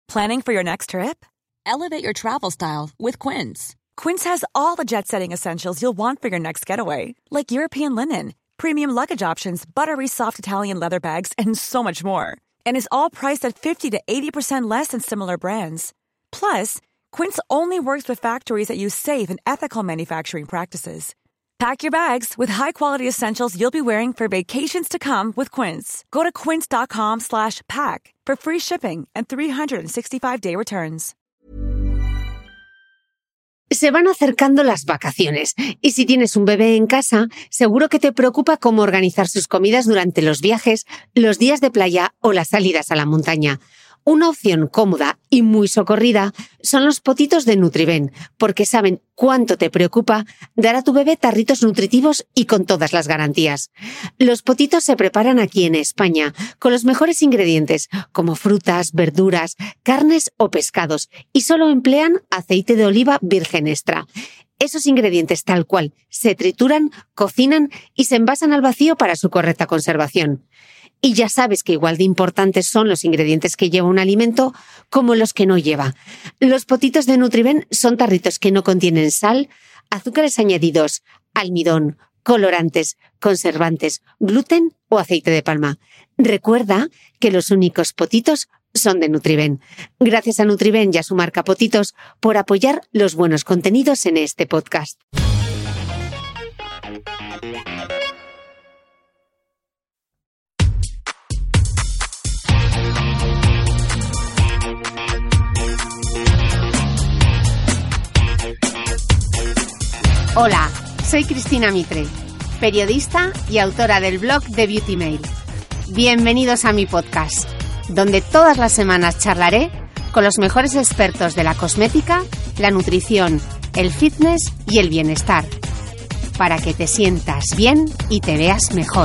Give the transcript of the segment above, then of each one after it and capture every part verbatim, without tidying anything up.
Planning for your next trip? Elevate your travel style with Quince. Quince has all the jet-setting essentials you'll want for your next getaway, like European linen, premium luggage options, buttery soft Italian leather bags, and so much more. And is all priced at fifty to eighty percent less than similar brands. Plus, Quince only works with factories that use safe and ethical manufacturing practices. Pack your bags with high-quality essentials you'll be wearing for vacations to come with Quince. Go to quince.com slash pack for free shipping and three sixty-five day returns. Se van acercando las vacaciones y si tienes un bebé en casa, seguro que te preocupa cómo organizar sus comidas durante los viajes, los días de playa o las salidas a la montaña. Una opción cómoda y muy socorrida son los potitos de Nutriben, porque saben cuánto te preocupa dar a tu bebé tarritos nutritivos y con todas las garantías. Los potitos se preparan aquí en España con los mejores ingredientes, como frutas, verduras, carnes o pescados, y solo emplean aceite de oliva virgen extra. Esos ingredientes tal cual se trituran, cocinan y se envasan al vacío para su correcta conservación. Y ya sabes que igual de importantes son los ingredientes que lleva un alimento como los que no lleva. Los potitos de Nutriben son tarritos que no contienen sal, azúcares añadidos, almidón, colorantes, conservantes, gluten o aceite de palma. Recuerda que los únicos potitos son de Nutriben. Gracias a Nutriben y a su marca Potitos por apoyar los buenos contenidos en este podcast. Hola, soy Cristina Mitre, periodista y autora del blog de Beauty Mail. Bienvenidos a mi podcast, donde todas las semanas charlaré con los mejores expertos de la cosmética, la nutrición, el fitness y el bienestar, para que te sientas bien y te veas mejor.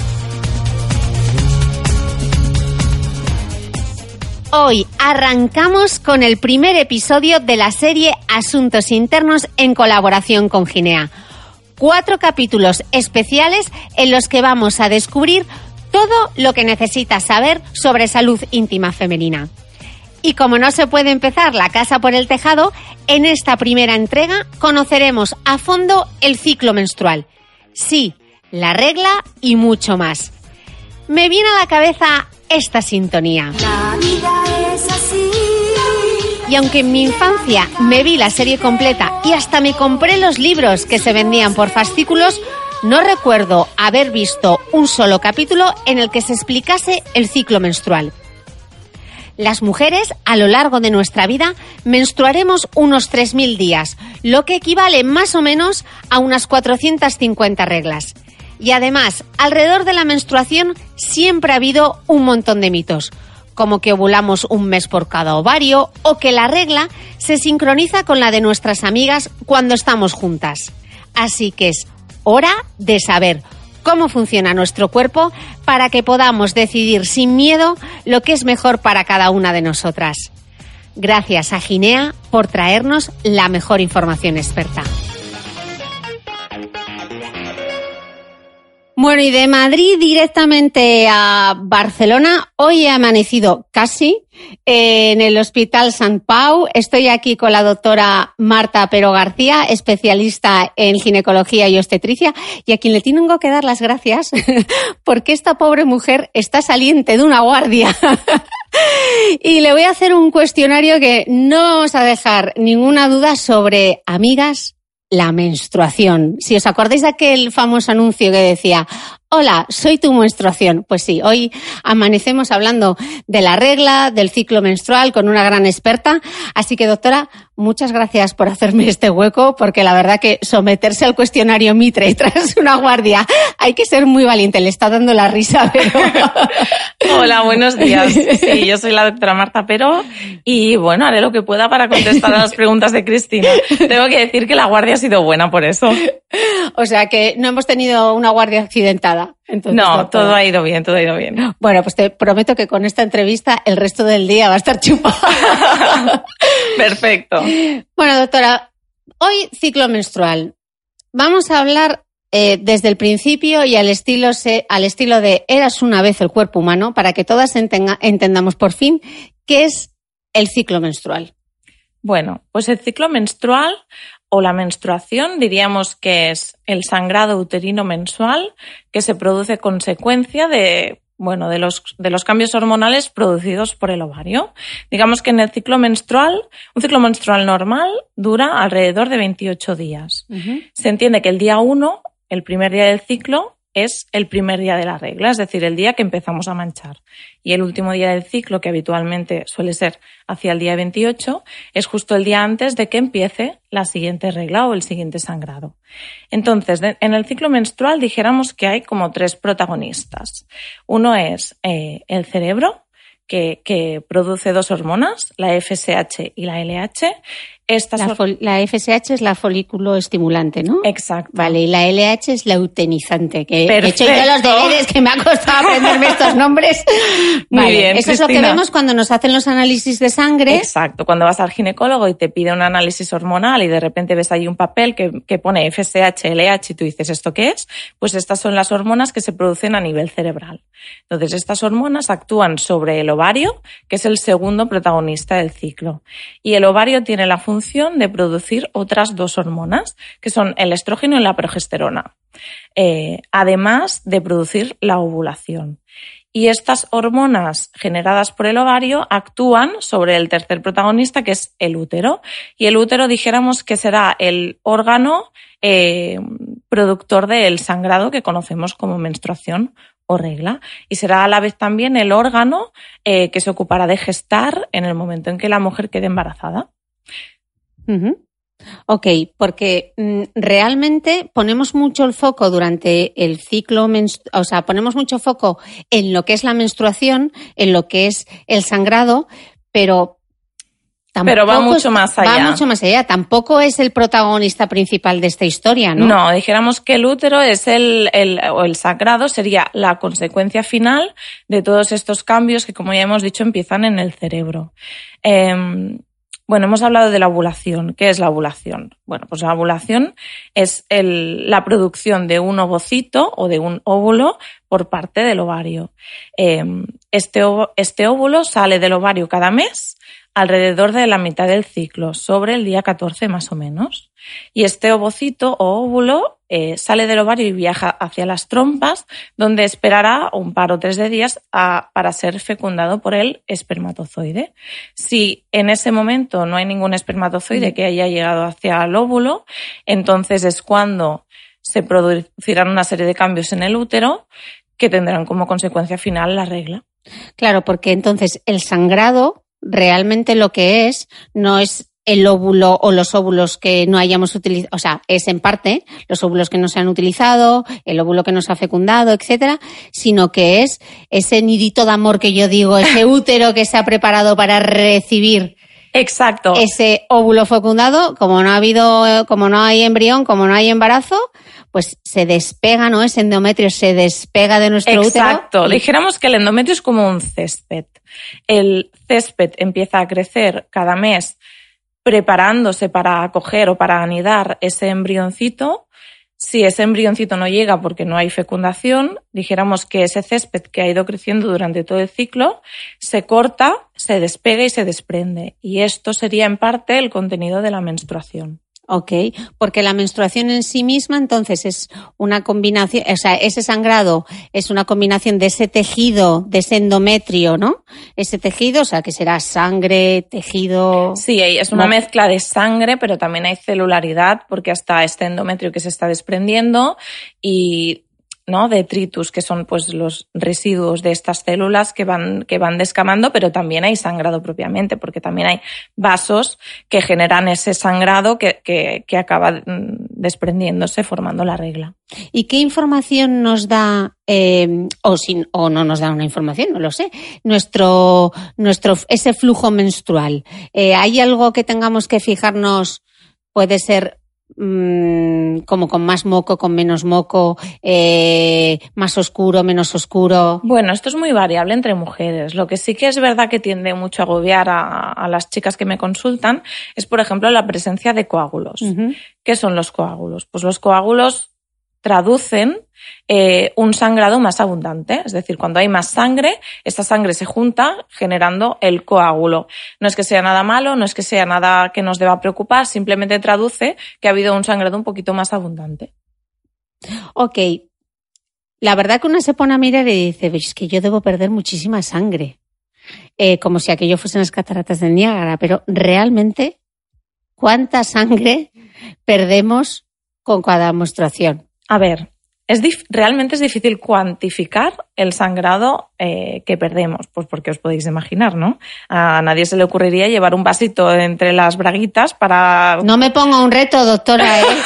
Hoy arrancamos con el primer episodio de la serie Asuntos Internos en colaboración con Ginea. Cuatro capítulos especiales en los que vamos a descubrir todo lo que necesitas saber sobre salud íntima femenina. Y como no se puede empezar la casa por el tejado, en esta primera entrega conoceremos a fondo el ciclo menstrual. Sí, la regla y mucho más. Me viene a la cabeza esta sintonía. La vida es así. Y aunque en mi infancia me vi la serie completa y hasta me compré los libros que se vendían por fascículos, no recuerdo haber visto un solo capítulo en el que se explicase el ciclo menstrual. Las mujeres, a lo largo de nuestra vida, menstruaremos unos tres mil días, lo que equivale más o menos a unas cuatrocientas cincuenta reglas. Y además, alrededor de la menstruación siempre ha habido un montón de mitos, como que ovulamos un mes por cada ovario o que la regla se sincroniza con la de nuestras amigas cuando estamos juntas. Así que es hora de saber cómo funciona nuestro cuerpo para que podamos decidir sin miedo lo que es mejor para cada una de nosotras. Gracias a Ginea por traernos la mejor información experta. Bueno, y de Madrid directamente a Barcelona, hoy he amanecido casi en el Hospital Sant Pau. Estoy aquí con la doctora Marta Pero García, especialista en ginecología y obstetricia, y a quien le tengo que dar las gracias porque esta pobre mujer está saliente de una guardia. Y le voy a hacer un cuestionario que no vamos a dejar ninguna duda sobre, amigas, la menstruación. Si os acordáis de aquel famoso anuncio que decía: hola, soy tu menstruación. Pues sí, hoy amanecemos hablando de la regla, del ciclo menstrual con una gran experta. Así que, doctora, muchas gracias por hacerme este hueco, porque la verdad que someterse al cuestionario Mitre tras una guardia hay que ser muy valiente. Le está dando la risa, pero... Hola, buenos días. Sí, yo soy la doctora Marta Pero y, bueno, haré lo que pueda para contestar a las preguntas de Cristina. Tengo que decir que la guardia ha sido buena por eso. O sea, que no hemos tenido una guardia accidentada. Entonces, no, todo, todo ha ido bien, todo ha ido bien. Bueno, pues te prometo que con esta entrevista el resto del día va a estar chupado. Perfecto. Bueno, doctora, hoy ciclo menstrual. Vamos a hablar eh, desde el principio y al estilo, se, al estilo de Eras una vez el cuerpo humano, para que todas entenga, entendamos por fin qué es el ciclo menstrual? Bueno, pues el ciclo menstrual o la menstruación diríamos que es el sangrado uterino mensual que se produce consecuencia de, bueno, de los, de los cambios hormonales producidos por el ovario. Digamos que en el ciclo menstrual, un ciclo menstrual normal dura alrededor de veintiocho días. Uh-huh. Se entiende que el día uno, el primer día del ciclo, es el primer día de la regla, es decir, el día que empezamos a manchar. Y el último día del ciclo, que habitualmente suele ser hacia el día veintiocho, es justo el día antes de que empiece la siguiente regla o el siguiente sangrado. Entonces, en el ciclo menstrual dijéramos que hay como tres protagonistas. Uno es eh, el cerebro, que, que produce dos hormonas, la F S H y la L H. Estas la, fol- la F S H es la folículo estimulante, ¿no? Exacto. Vale, y la L H es la luteinizante, que Perfecto. he hecho yo los deberes, que me ha costado aprenderme estos nombres. Muy vale, bien, eso Cristina. Es lo que vemos cuando nos hacen los análisis de sangre. Exacto, cuando vas al ginecólogo y te pide un análisis hormonal y de repente ves ahí un papel que, que pone F S H, L H y tú dices, ¿esto qué es? Pues estas son las hormonas que se producen a nivel cerebral. Entonces, estas hormonas actúan sobre el ovario, que es el segundo protagonista del ciclo. Y el ovario tiene la función de producir otras dos hormonas, que son el estrógeno y la progesterona, eh, además de producir la ovulación. Y estas hormonas generadas por el ovario actúan sobre el tercer protagonista, que es el útero. Y el útero dijéramos que será el órgano eh, productor del sangrado que conocemos como menstruación o regla. Y será a la vez también el órgano eh, que se ocupará de gestar en el momento en que la mujer quede embarazada. Uh-huh. Ok, porque mm, realmente ponemos mucho el foco durante el ciclo, menstru- o sea, ponemos mucho foco en lo que es la menstruación, en lo que es el sangrado, pero tampoco Pero va mucho más allá. Va mucho más allá. Tampoco es el protagonista principal de esta historia, ¿no? No, dijéramos que el útero es el, el, o el sangrado sería la consecuencia final de todos estos cambios que, como ya hemos dicho, empiezan en el cerebro. Eh, Bueno, hemos hablado de la ovulación. ¿Qué es la ovulación? Bueno, pues la ovulación es el, la producción de un ovocito o de un óvulo por parte del ovario. Eh, este, este óvulo sale del ovario cada mes alrededor de la mitad del ciclo, sobre el día catorce más o menos. Y este ovocito o óvulo eh, sale del ovario y viaja hacia las trompas, donde esperará un par o tres de días a, para ser fecundado por el espermatozoide. Si en ese momento no hay ningún espermatozoide que haya llegado hacia el óvulo, entonces es cuando se producirán una serie de cambios en el útero que tendrán como consecuencia final la regla. Claro, porque entonces el sangrado realmente lo que es no es el óvulo o los óvulos que no hayamos utilizado, o sea, es en parte los óvulos que no se han utilizado, el óvulo que nos ha fecundado, etcétera, sino que es ese nidito de amor que yo digo, ese útero que se ha preparado para recibir. Exacto. Ese óvulo fecundado, como no ha habido, como no hay embrión, como no hay embarazo, pues se despega, ¿no? Ese endometrio se despega de nuestro Exacto. útero. Exacto. Y... Dijéramos que el endometrio es como un césped. El césped empieza a crecer cada mes preparándose para acoger o para anidar ese embrioncito. Si ese embrioncito no llega porque no hay fecundación, dijéramos que ese césped que ha ido creciendo durante todo el ciclo se corta, se despega y se desprende. Y esto sería en parte el contenido de la menstruación. Ok, porque la menstruación en sí misma entonces es una combinación, o sea, ese sangrado es una combinación de ese tejido, de ese endometrio, ¿no? Ese tejido, o sea, que será sangre, tejido... Sí, es una mezcla de sangre, pero también hay celularidad porque hasta este endometrio que se está desprendiendo y... ¿no? Detritus, que son pues los residuos de estas células que van, que van descamando, pero también hay sangrado propiamente, porque también hay vasos que generan ese sangrado que, que, que acaba desprendiéndose formando la regla. ¿Y qué información nos da, eh, o, sin, o no nos da una información, no lo sé, nuestro, nuestro ese flujo menstrual? Eh, ¿Hay algo que tengamos que fijarnos? Puede ser como con más moco, con menos moco, eh, más oscuro, menos oscuro. Bueno, esto es muy variable entre mujeres. Lo que sí que es verdad que tiende mucho a agobiar a, a las chicas que me consultan es, por ejemplo, la presencia de coágulos. Uh-huh. ¿Qué son los coágulos? Pues los coágulos traducen eh, un sangrado más abundante. Es decir, cuando hay más sangre, esta sangre se junta generando el coágulo. No es que sea nada malo, no es que sea nada que nos deba preocupar, simplemente traduce que ha habido un sangrado un poquito más abundante. Ok. La verdad que uno se pone a mirar y dice, es que yo debo perder muchísima sangre. Eh, como si aquello fuesen las cataratas del Niágara, pero realmente, ¿cuánta sangre perdemos con cada menstruación? A ver, es dif- realmente es difícil cuantificar el sangrado eh, que perdemos, pues porque os podéis imaginar, ¿no? A nadie se le ocurriría llevar un vasito entre las braguitas para... No me ponga un reto, doctora, ¿eh?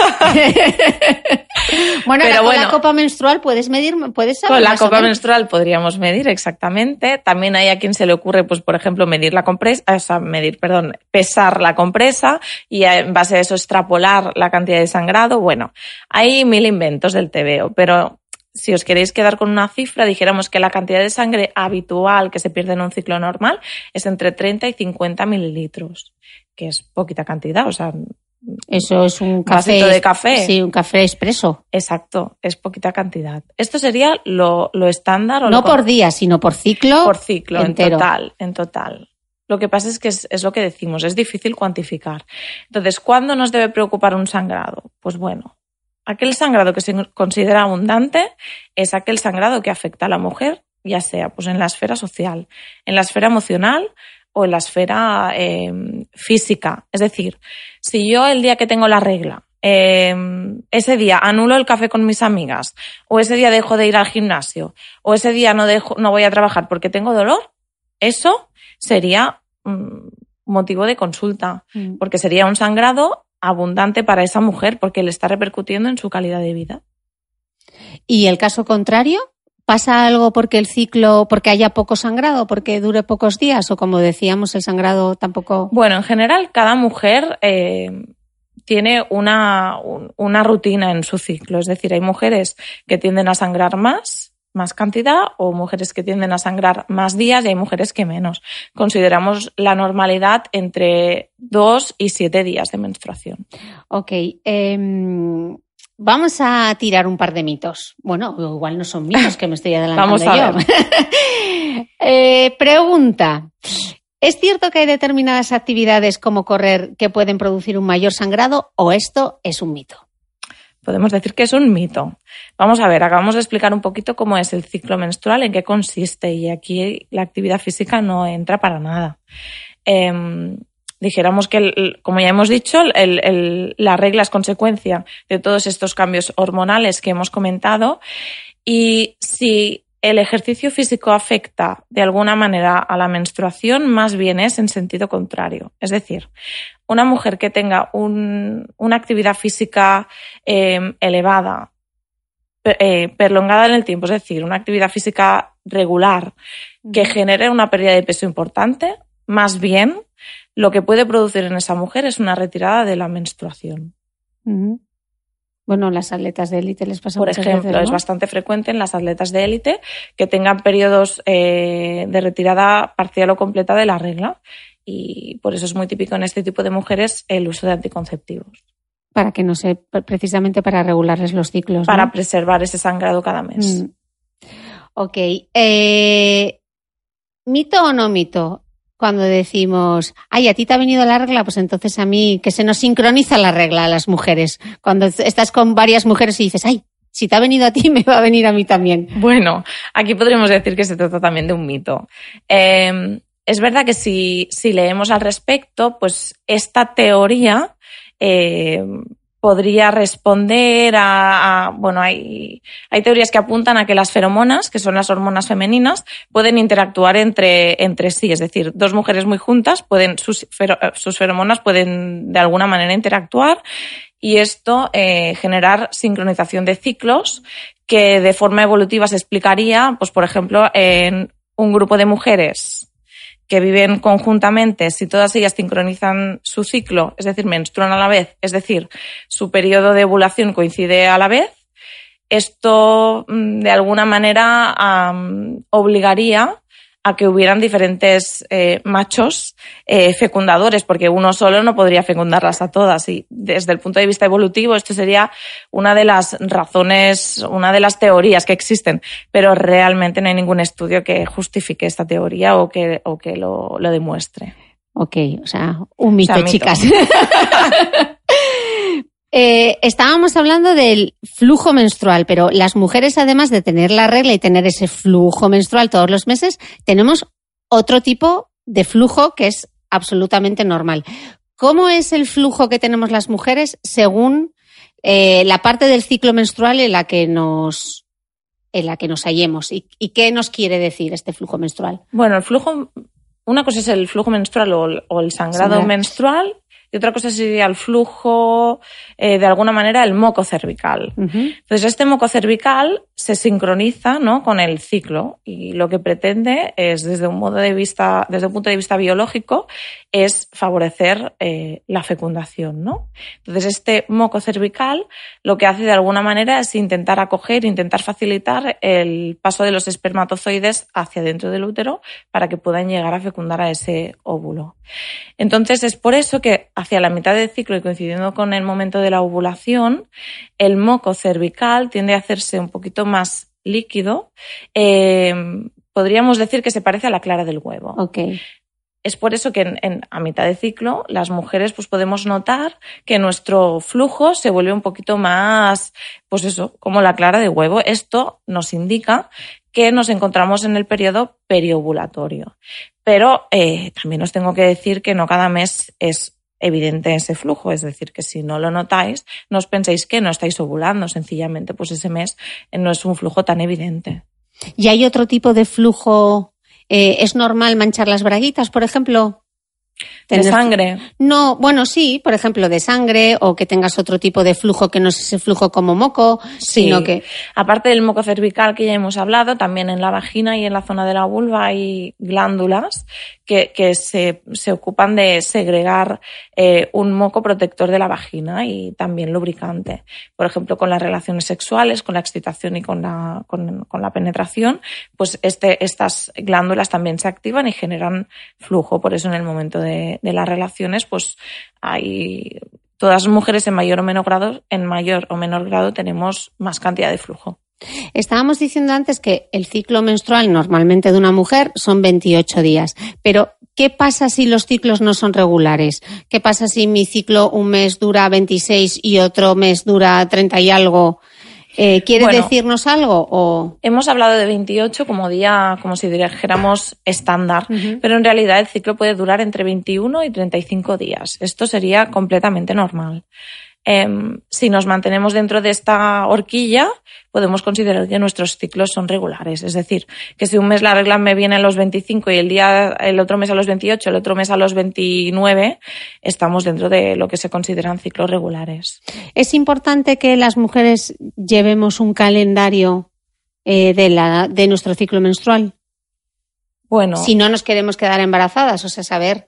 Bueno, Pero la, con bueno, la copa menstrual puedes medir, puedes saber con la más o copa menos. menstrual podríamos medir exactamente. También hay a quien se le ocurre, pues por ejemplo, medir la compresa, o sea, medir, perdón, pesar la compresa y en base a eso extrapolar la cantidad de sangrado. Bueno, hay mil inventos del tebeo, pero si os queréis quedar con una cifra, dijéramos que la cantidad de sangre habitual que se pierde en un ciclo normal es entre treinta y cincuenta mililitros, que es poquita cantidad, o sea... Eso es un café. Vasito de café. Sí, un café expreso. Exacto, es poquita cantidad. Esto sería lo, lo estándar. O no lo por día, sino por ciclo. Por ciclo, entero. en total, en total. Lo que pasa es que es, es lo que decimos, es difícil cuantificar. Entonces, ¿cuándo nos debe preocupar un sangrado? Pues bueno, aquel sangrado que se considera abundante es aquel sangrado que afecta a la mujer, ya sea pues en la esfera social, en la esfera emocional o en la esfera eh, física. Es decir, si yo el día que tengo la regla, eh, ese día anulo el café con mis amigas, o ese día dejo de ir al gimnasio, o ese día no, dejo, no voy a trabajar porque tengo dolor, eso sería mm, motivo de consulta, mm. porque sería un sangrado abundante para esa mujer, porque le está repercutiendo en su calidad de vida. ¿Y el caso contrario? ¿Pasa algo porque el ciclo, porque haya poco sangrado, porque dure pocos días o como decíamos el sangrado tampoco? Bueno, en general cada mujer eh, tiene una, un, una rutina en su ciclo. Es decir, hay mujeres que tienden a sangrar más, más cantidad, o mujeres que tienden a sangrar más días y hay mujeres que menos. Consideramos la normalidad entre dos y siete días de menstruación. Ok. Eh... Vamos a tirar un par de mitos. Bueno, igual no son mitos, que me estoy adelantando Vamos a yo. ver. eh, pregunta. ¿Es cierto que hay determinadas actividades como correr que pueden producir un mayor sangrado o esto es un mito? Podemos decir que es un mito. Vamos a ver, acabamos de explicar un poquito cómo es el ciclo menstrual, en qué consiste, y aquí la actividad física no entra para nada. Eh, Dijéramos que, el, como ya hemos dicho, el, el, la regla es consecuencia de todos estos cambios hormonales que hemos comentado, y si el ejercicio físico afecta de alguna manera a la menstruación, más bien es en sentido contrario. Es decir, una mujer que tenga un, una actividad física eh, elevada, eh, prolongada en el tiempo, es decir, una actividad física regular que genere una pérdida de peso importante, más bien lo que puede producir en esa mujer es una retirada de la menstruación. Uh-huh. Bueno, las atletas de élite les pasa Por muchas ejemplo, veces, ¿no? Es bastante frecuente en las atletas de élite que tengan periodos eh, de retirada parcial o completa de la regla, y por eso es muy típico en este tipo de mujeres el uso de anticonceptivos. Para que no se, precisamente para regularles los ciclos, Para ¿no? preservar ese sangrado cada mes. Mm. Ok. Eh, ¿Mito o no mito? Cuando decimos, ay, a ti te ha venido la regla, pues entonces a mí, que se nos sincroniza la regla a las mujeres. Cuando estás con varias mujeres y dices, ay, si te ha venido a ti, me va a venir a mí también. Bueno, aquí podríamos decir que se trata también de un mito. Eh, es verdad que si, si leemos al respecto, pues esta teoría eh, podría responder a, a bueno, hay, hay teorías que apuntan a que las feromonas, que son las hormonas femeninas, pueden interactuar entre, entre sí. Es decir, dos mujeres muy juntas pueden, sus, fero, sus feromonas pueden de alguna manera interactuar, y esto eh, generar sincronización de ciclos que de forma evolutiva se explicaría, pues por ejemplo, en un grupo de mujeres que viven conjuntamente, si todas ellas sincronizan su ciclo, es decir, menstruan a la vez, es decir, su periodo de ovulación coincide a la vez, esto de alguna manera um, obligaría a que hubieran diferentes eh, machos eh, fecundadores, porque uno solo no podría fecundarlas a todas. Y desde el punto de vista evolutivo, esto sería una de las razones, una de las teorías que existen, pero realmente no hay ningún estudio que justifique esta teoría o que, o que lo, lo demuestre. Ok, o sea, un mito, o sea, mito. Chicas. Eh, estábamos hablando del flujo menstrual, pero las mujeres, además de tener la regla y tener ese flujo menstrual todos los meses, tenemos otro tipo de flujo que es absolutamente normal. ¿Cómo es el flujo que tenemos las mujeres según eh, la parte del ciclo menstrual en la que nos, en la que nos hallemos? ¿Y, y qué nos quiere decir este flujo menstrual? Bueno, el flujo, una cosa es el flujo menstrual o el, o el sangrado Sangrar. menstrual. Y otra cosa sería el flujo, eh, de alguna manera, el moco cervical. Uh-huh. Entonces, este moco cervical se sincroniza, ¿no?, con el ciclo y lo que pretende es, desde un modo de vista, desde un punto de vista biológico, es favorecer eh, la fecundación, ¿no? Entonces, este moco cervical lo que hace de alguna manera es intentar acoger, intentar facilitar el paso de los espermatozoides hacia dentro del útero para que puedan llegar a fecundar a ese óvulo. Entonces, es por eso que hacia la mitad del ciclo y coincidiendo con el momento de la ovulación, el moco cervical tiende a hacerse un poquito más líquido. Eh, podríamos decir que se parece a la clara del huevo. Okay. Es por eso que en, en, a mitad de ciclo las mujeres pues podemos notar que nuestro flujo se vuelve un poquito más, pues eso, como la clara de huevo. Esto nos indica que nos encontramos en el periodo periovulatorio. Pero eh, también os tengo que decir que no cada mes es evidente ese flujo, es decir, que si no lo notáis, no os penséis que no estáis ovulando, sencillamente pues ese mes no es un flujo tan evidente. ¿Y hay otro tipo de flujo? Eh, ¿Es normal manchar las braguitas, por ejemplo? ¿De sangre? No, bueno, sí, por ejemplo, de sangre o que tengas otro tipo de flujo que no es ese flujo como moco, sí. Sino que... Aparte del moco cervical que ya hemos hablado, también en la vagina y en la zona de la vulva hay glándulas que, que se, se ocupan de segregar eh, un moco protector de la vagina y también lubricante. Por ejemplo, con las relaciones sexuales, con la excitación y con la, con, con la penetración, pues este, estas glándulas también se activan y generan flujo. Por eso en el momento de De, de las relaciones, pues hay todas las mujeres en mayor o menor grado, en mayor o menor grado tenemos más cantidad de flujo. Estábamos diciendo antes que el ciclo menstrual normalmente de una mujer son veintiocho días, pero ¿qué pasa si los ciclos no son regulares? ¿Qué pasa si mi ciclo un mes dura veintiséis y otro mes dura treinta y algo? Eh, ¿Quiere bueno, decirnos algo? O... Hemos hablado de veintiocho como día, como si dijéramos estándar, uh-huh. Pero en realidad el ciclo puede durar entre veintiuno y treinta y cinco días. Esto sería completamente normal. Eh, si nos mantenemos dentro de esta horquilla, podemos considerar que nuestros ciclos son regulares. Es decir, que si un mes la regla me viene a los veinticinco y el día, el otro mes a los veintiocho, el otro mes a los veintinueve, estamos dentro de lo que se consideran ciclos regulares. ¿Es importante que las mujeres llevemos un calendario eh, de, la, de nuestro ciclo menstrual? Bueno. Si no nos queremos quedar embarazadas, o sea, saber...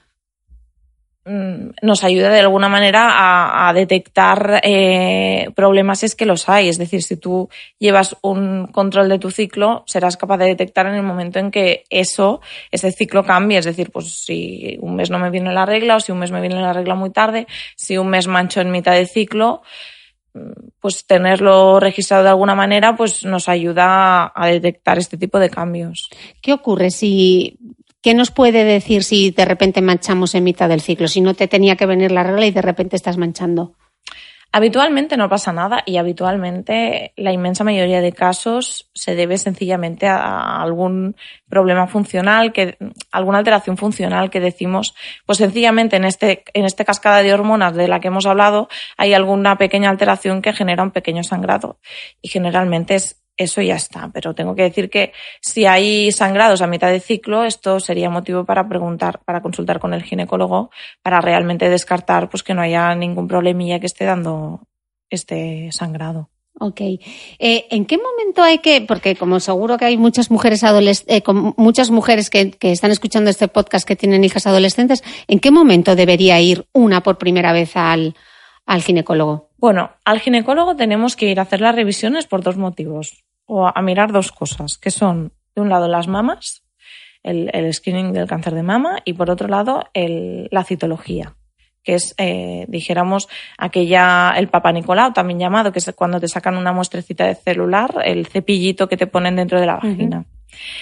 nos ayuda de alguna manera a, a detectar eh, problemas si es que los hay. Es decir, si tú llevas un control de tu ciclo, serás capaz de detectar en el momento en que eso, ese ciclo cambie. Es decir, pues si un mes no me viene la regla o si un mes me viene la regla muy tarde, si un mes mancho en mitad de ciclo, pues tenerlo registrado de alguna manera pues nos ayuda a detectar este tipo de cambios. ¿Qué ocurre si... ¿Qué nos puede decir si de repente manchamos en mitad del ciclo? Si no te tenía que venir la regla y de repente estás manchando. Habitualmente no pasa nada y habitualmente la inmensa mayoría de casos se debe sencillamente a algún problema funcional, que, alguna alteración funcional que decimos, pues sencillamente en este, en este cascada de hormonas de la que hemos hablado hay alguna pequeña alteración que genera un pequeño sangrado y generalmente es eso ya está, pero tengo que decir que si hay sangrados a mitad de ciclo, esto sería motivo para preguntar, para consultar con el ginecólogo, para realmente descartar pues que no haya ningún problemilla que esté dando este sangrado. Ok. Eh, ¿En qué momento hay que, porque como seguro que hay muchas mujeres adolescentes, eh, muchas mujeres que, que están escuchando este podcast que tienen hijas adolescentes, ¿en qué momento debería ir una por primera vez al, al ginecólogo? Bueno, al ginecólogo tenemos que ir a hacer las revisiones por dos motivos, o a mirar dos cosas, que son, de un lado, las mamas el, el screening del cáncer de mama, y por otro lado el, la citología, que es, eh, dijéramos, aquella, el Papa Nicolau, también llamado, que es cuando te sacan una muestrecita de celular, el cepillito que te ponen dentro de la vagina. Uh-huh.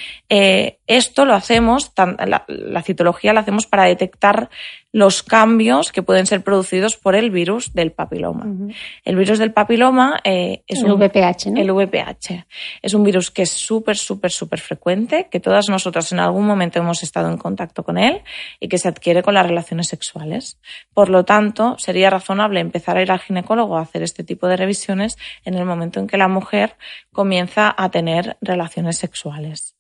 Eh, esto lo hacemos, la, la citología la hacemos para detectar los cambios que pueden ser producidos por el virus del papiloma. Uh-huh. El virus del papiloma eh, es el un, V P H, ¿no? El V P H. Es un virus que es súper, súper, súper frecuente, que todas nosotras en algún momento hemos estado en contacto con él y que se adquiere con las relaciones sexuales. Por lo tanto, sería razonable empezar a ir al ginecólogo a hacer este tipo de revisiones en el momento en que la mujer comienza a tener relaciones sexuales.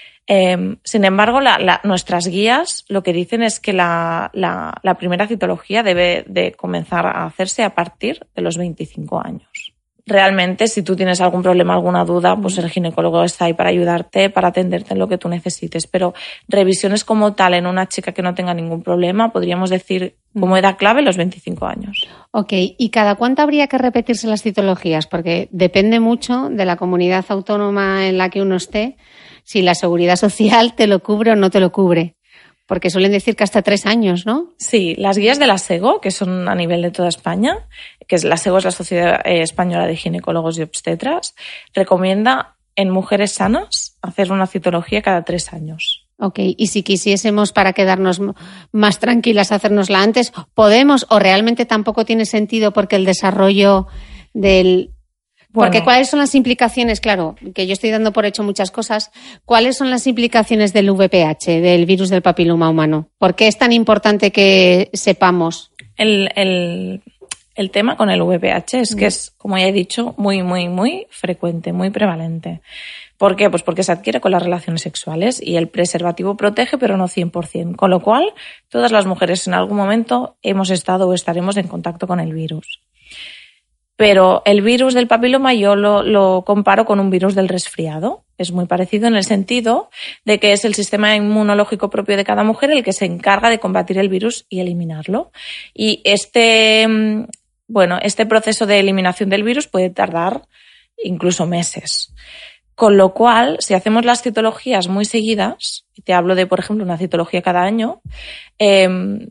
Eh, sin embargo, la, la, nuestras guías lo que dicen es que la, la, la primera citología debe de comenzar a hacerse a partir de los veinticinco años. Realmente, si tú tienes algún problema, alguna duda, pues el ginecólogo está ahí para ayudarte, para atenderte en lo que tú necesites. Pero revisiones como tal en una chica que no tenga ningún problema, podríamos decir como edad clave los veinticinco años. Ok, ¿y cada cuánto habría que repetirse las citologías? Porque depende mucho de la comunidad autónoma en la que uno esté, si la seguridad social te lo cubre o no te lo cubre. Porque suelen decir que hasta tres años, ¿no? Sí, las guías de la SEGO, que son a nivel de toda España, que es la SEGO es la Sociedad Española de Ginecólogos y Obstetras, recomienda en mujeres sanas hacer una citología cada tres años. Ok, y si quisiésemos para quedarnos más tranquilas hacernosla antes, ¿podemos o realmente tampoco tiene sentido porque el desarrollo del... Bueno. Porque ¿cuáles son las implicaciones? Claro, que yo estoy dando por hecho muchas cosas. ¿Cuáles son las implicaciones del V P H, del virus del papiloma humano? ¿Por qué es tan importante que sepamos? El, el, el tema con el V P H es que es, como ya he dicho, muy, muy, muy frecuente, muy prevalente. ¿Por qué? Pues porque se adquiere con las relaciones sexuales y el preservativo protege, pero no cien por ciento. Con lo cual, todas las mujeres en algún momento hemos estado o estaremos en contacto con el virus. Pero el virus del papiloma yo lo, lo comparo con un virus del resfriado. Es muy parecido en el sentido de que es el sistema inmunológico propio de cada mujer el que se encarga de combatir el virus y eliminarlo. Y este, bueno, este proceso de eliminación del virus puede tardar incluso meses. Con lo cual, si hacemos las citologías muy seguidas, y te hablo de, por ejemplo, una citología cada año, eh,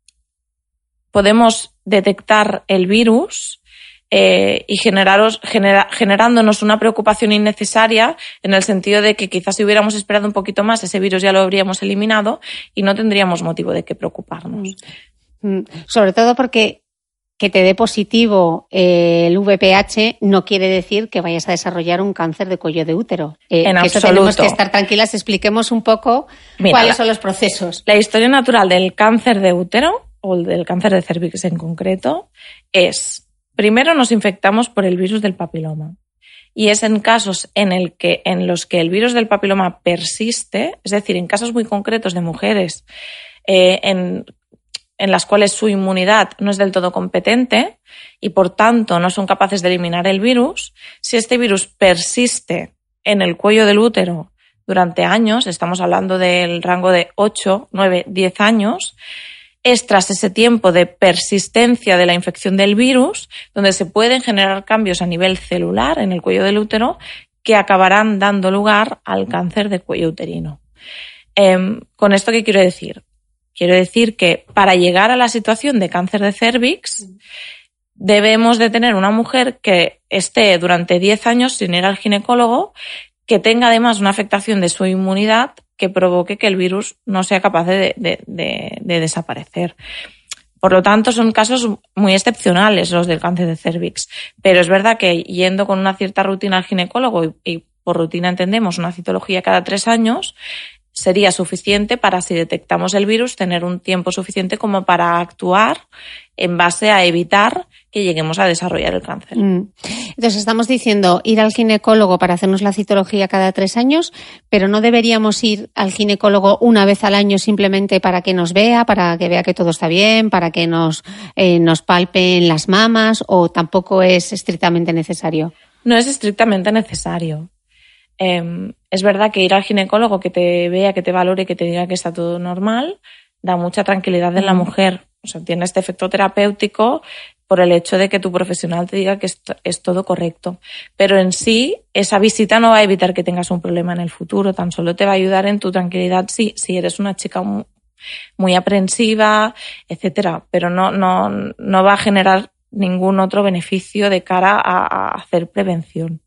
podemos detectar el virus Eh, y generaros, genera, generándonos una preocupación innecesaria en el sentido de que quizás si hubiéramos esperado un poquito más ese virus ya lo habríamos eliminado y no tendríamos motivo de qué preocuparnos. Mm. Sobre todo porque que te dé positivo eh, el V P H no quiere decir que vayas a desarrollar un cáncer de cuello de útero. Eh, en que absoluto. Eso tenemos que estar tranquilas. Expliquemos un poco Mira, cuáles la, son los procesos. La historia natural del cáncer de útero o del cáncer de cervix en concreto es... Primero nos infectamos por el virus del papiloma y es en casos en, el que, en los que el virus del papiloma persiste, es decir, en casos muy concretos de mujeres eh, en, en las cuales su inmunidad no es del todo competente y por tanto no son capaces de eliminar el virus. Si este virus persiste en el cuello del útero durante años, estamos hablando del rango de ocho, nueve, diez años, es tras ese tiempo de persistencia de la infección del virus donde se pueden generar cambios a nivel celular en el cuello del útero que acabarán dando lugar al cáncer de cuello uterino. Eh, ¿Con esto qué quiero decir? Quiero decir que para llegar a la situación de cáncer de cervix debemos de tener una mujer que esté durante diez años sin ir al ginecólogo, que tenga además una afectación de su inmunidad que provoque que el virus no sea capaz de, de, de, de desaparecer. Por lo tanto, son casos muy excepcionales los del cáncer de cervix. Pero es verdad que yendo con una cierta rutina al ginecólogo, y, y por rutina entendemos una citología cada tres años, sería suficiente para, si detectamos el virus, tener un tiempo suficiente como para actuar en base a evitar que lleguemos a desarrollar el cáncer. Mm. Entonces, estamos diciendo ir al ginecólogo para hacernos la citología cada tres años, pero no deberíamos ir al ginecólogo una vez al año simplemente para que nos vea, para que vea que todo está bien, para que nos, eh, nos palpen las mamas, o tampoco es estrictamente necesario. No es estrictamente necesario. Eh, es verdad que ir al ginecólogo, que te vea, que te valore, que te diga que está todo normal, da mucha tranquilidad en la mujer. O sea, tiene este efecto terapéutico por el hecho de que tu profesional te diga que es, es todo correcto. Pero en sí, esa visita no va a evitar que tengas un problema en el futuro, tan solo te va a ayudar en tu tranquilidad si, si eres una chica muy, muy aprensiva, etcétera. Pero no, no, no va a generar ningún otro beneficio de cara a, a hacer prevención.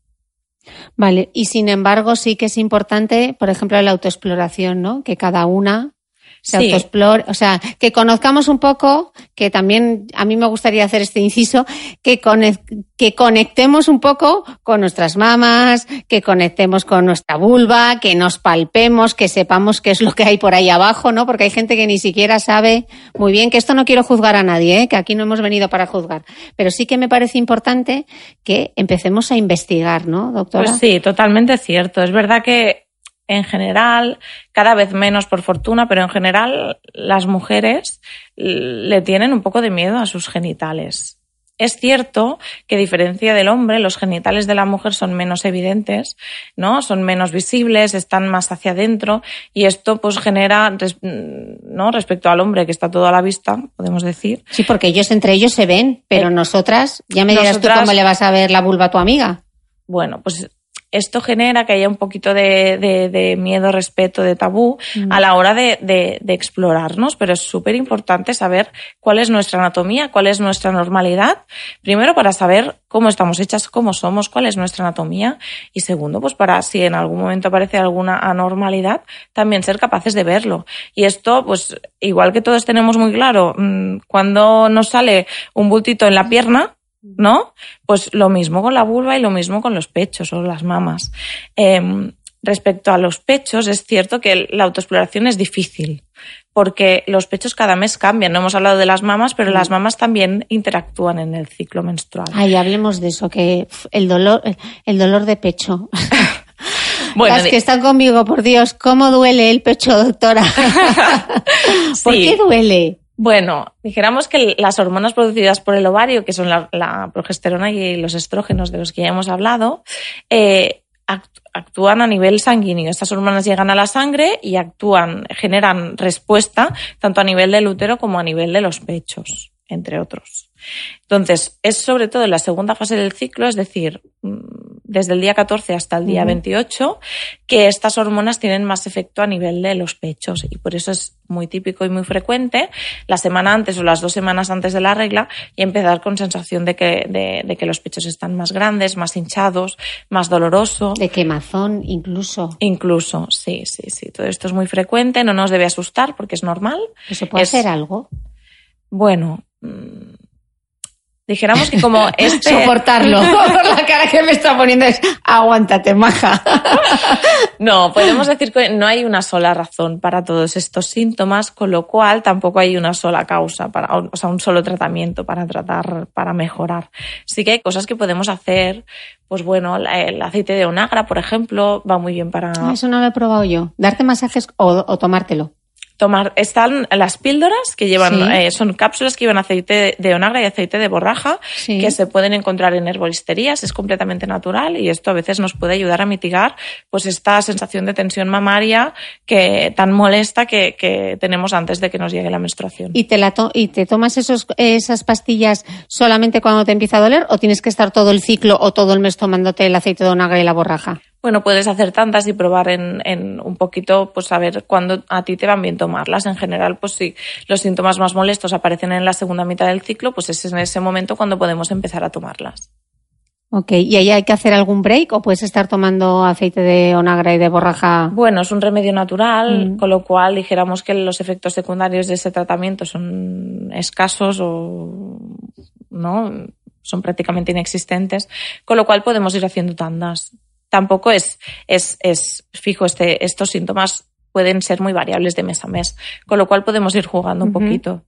Vale, y sin embargo sí que es importante, por ejemplo, la autoexploración, ¿no? Que cada una se Sí. autoexplore, o sea, que conozcamos un poco, que también a mí me gustaría hacer este inciso, que, conec- que conectemos un poco con nuestras mamas, que conectemos con nuestra vulva, que nos palpemos, que sepamos qué es lo que hay por ahí abajo, ¿no? Porque hay gente que ni siquiera sabe muy bien, que esto no quiero juzgar a nadie, ¿eh? Que aquí no hemos venido para juzgar, pero sí que me parece importante que empecemos a investigar, ¿no, doctora? Pues sí, totalmente cierto. Es verdad que en general, cada vez menos por fortuna, pero en general las mujeres le tienen un poco de miedo a sus genitales. Es cierto que, a diferencia del hombre, los genitales de la mujer son menos evidentes, ¿no? Son menos visibles, están más hacia adentro, y esto pues genera, ¿no? Respecto al hombre, que está todo a la vista, podemos decir. Sí, porque ellos entre ellos se ven, pero eh, nosotras, ya me dirás nosotras, tú cómo le vas a ver la vulva a tu amiga. Bueno, pues esto genera que haya un poquito de, de, de miedo, respeto, de tabú mm. a la hora de, de, de explorarnos, pero es súper importante saber cuál es nuestra anatomía, cuál es nuestra normalidad. Primero, para saber cómo estamos hechas, cómo somos, cuál es nuestra anatomía. Y segundo, pues para si en algún momento aparece alguna anormalidad, también ser capaces de verlo. Y esto, pues igual que todos tenemos muy claro, cuando nos sale un bultito en la pierna, ¿no? Pues lo mismo con la vulva y lo mismo con los pechos o las mamas. Eh, respecto a los pechos, es cierto que la autoexploración es difícil porque los pechos cada mes cambian. No hemos hablado de las mamas, pero mm. las mamas también interactúan en el ciclo menstrual. Ay, hablemos de eso, que el dolor, el dolor de pecho. Bueno, las que están conmigo, por Dios, ¿cómo duele el pecho, doctora? ¿Por sí. qué duele? Bueno, dijéramos que las hormonas producidas por el ovario, que son la, la progesterona y los estrógenos de los que ya hemos hablado, eh, actúan a nivel sanguíneo. Estas hormonas llegan a la sangre y actúan, generan respuesta tanto a nivel del útero como a nivel de los pechos, entre otros. Entonces, es sobre todo en la segunda fase del ciclo, es decir, desde el día catorce hasta el día uh-huh. veintiocho, que estas hormonas tienen más efecto a nivel de los pechos, y por eso es muy típico y muy frecuente la semana antes o las dos semanas antes de la regla y empezar con sensación de que, de, de que los pechos están más grandes, más hinchados, más doloroso. De quemazón incluso. Incluso, sí, sí, sí. Todo esto es muy frecuente, no nos debe asustar porque es normal. ¿Se puede es, hacer algo? Bueno... Mmm, dijéramos que como este... Soportarlo. La cara que me está poniendo es aguántate, maja. No, podemos decir que no hay una sola razón para todos estos síntomas, con lo cual tampoco hay una sola causa, para, o sea, un solo tratamiento para tratar, para mejorar. Sí que hay cosas que podemos hacer, pues bueno, el aceite de onagra, por ejemplo, va muy bien para... Eso no lo he probado yo. ¿Darte masajes o, o tomártelo? Tomar, están las píldoras que llevan, sí. eh, son cápsulas que llevan aceite de, de onagra y aceite de borraja, sí. que se pueden encontrar en herboristerías, es completamente natural y esto a veces nos puede ayudar a mitigar pues esta sensación de tensión mamaria que tan molesta que, que tenemos antes de que nos llegue la menstruación. ¿Y te, la to- y te tomas esos, esas pastillas solamente cuando te empieza a doler o tienes que estar todo el ciclo o todo el mes tomándote el aceite de onagra y la borraja? Bueno, puedes hacer tantas y probar en, en un poquito, pues a ver cuándo a ti te van bien tomarlas. En general, pues si los síntomas más molestos aparecen en la segunda mitad del ciclo, pues es en ese momento cuando podemos empezar a tomarlas. Ok, ¿y ahí hay que hacer algún break o puedes estar tomando aceite de onagra y de borraja? Bueno, es un remedio natural, Mm. con lo cual dijéramos que los efectos secundarios de ese tratamiento son escasos o no, son prácticamente inexistentes, con lo cual podemos ir haciendo tandas. Tampoco es, es, es fijo, este, estos síntomas pueden ser muy variables de mes a mes, con lo cual podemos ir jugando un Uh-huh. poquito.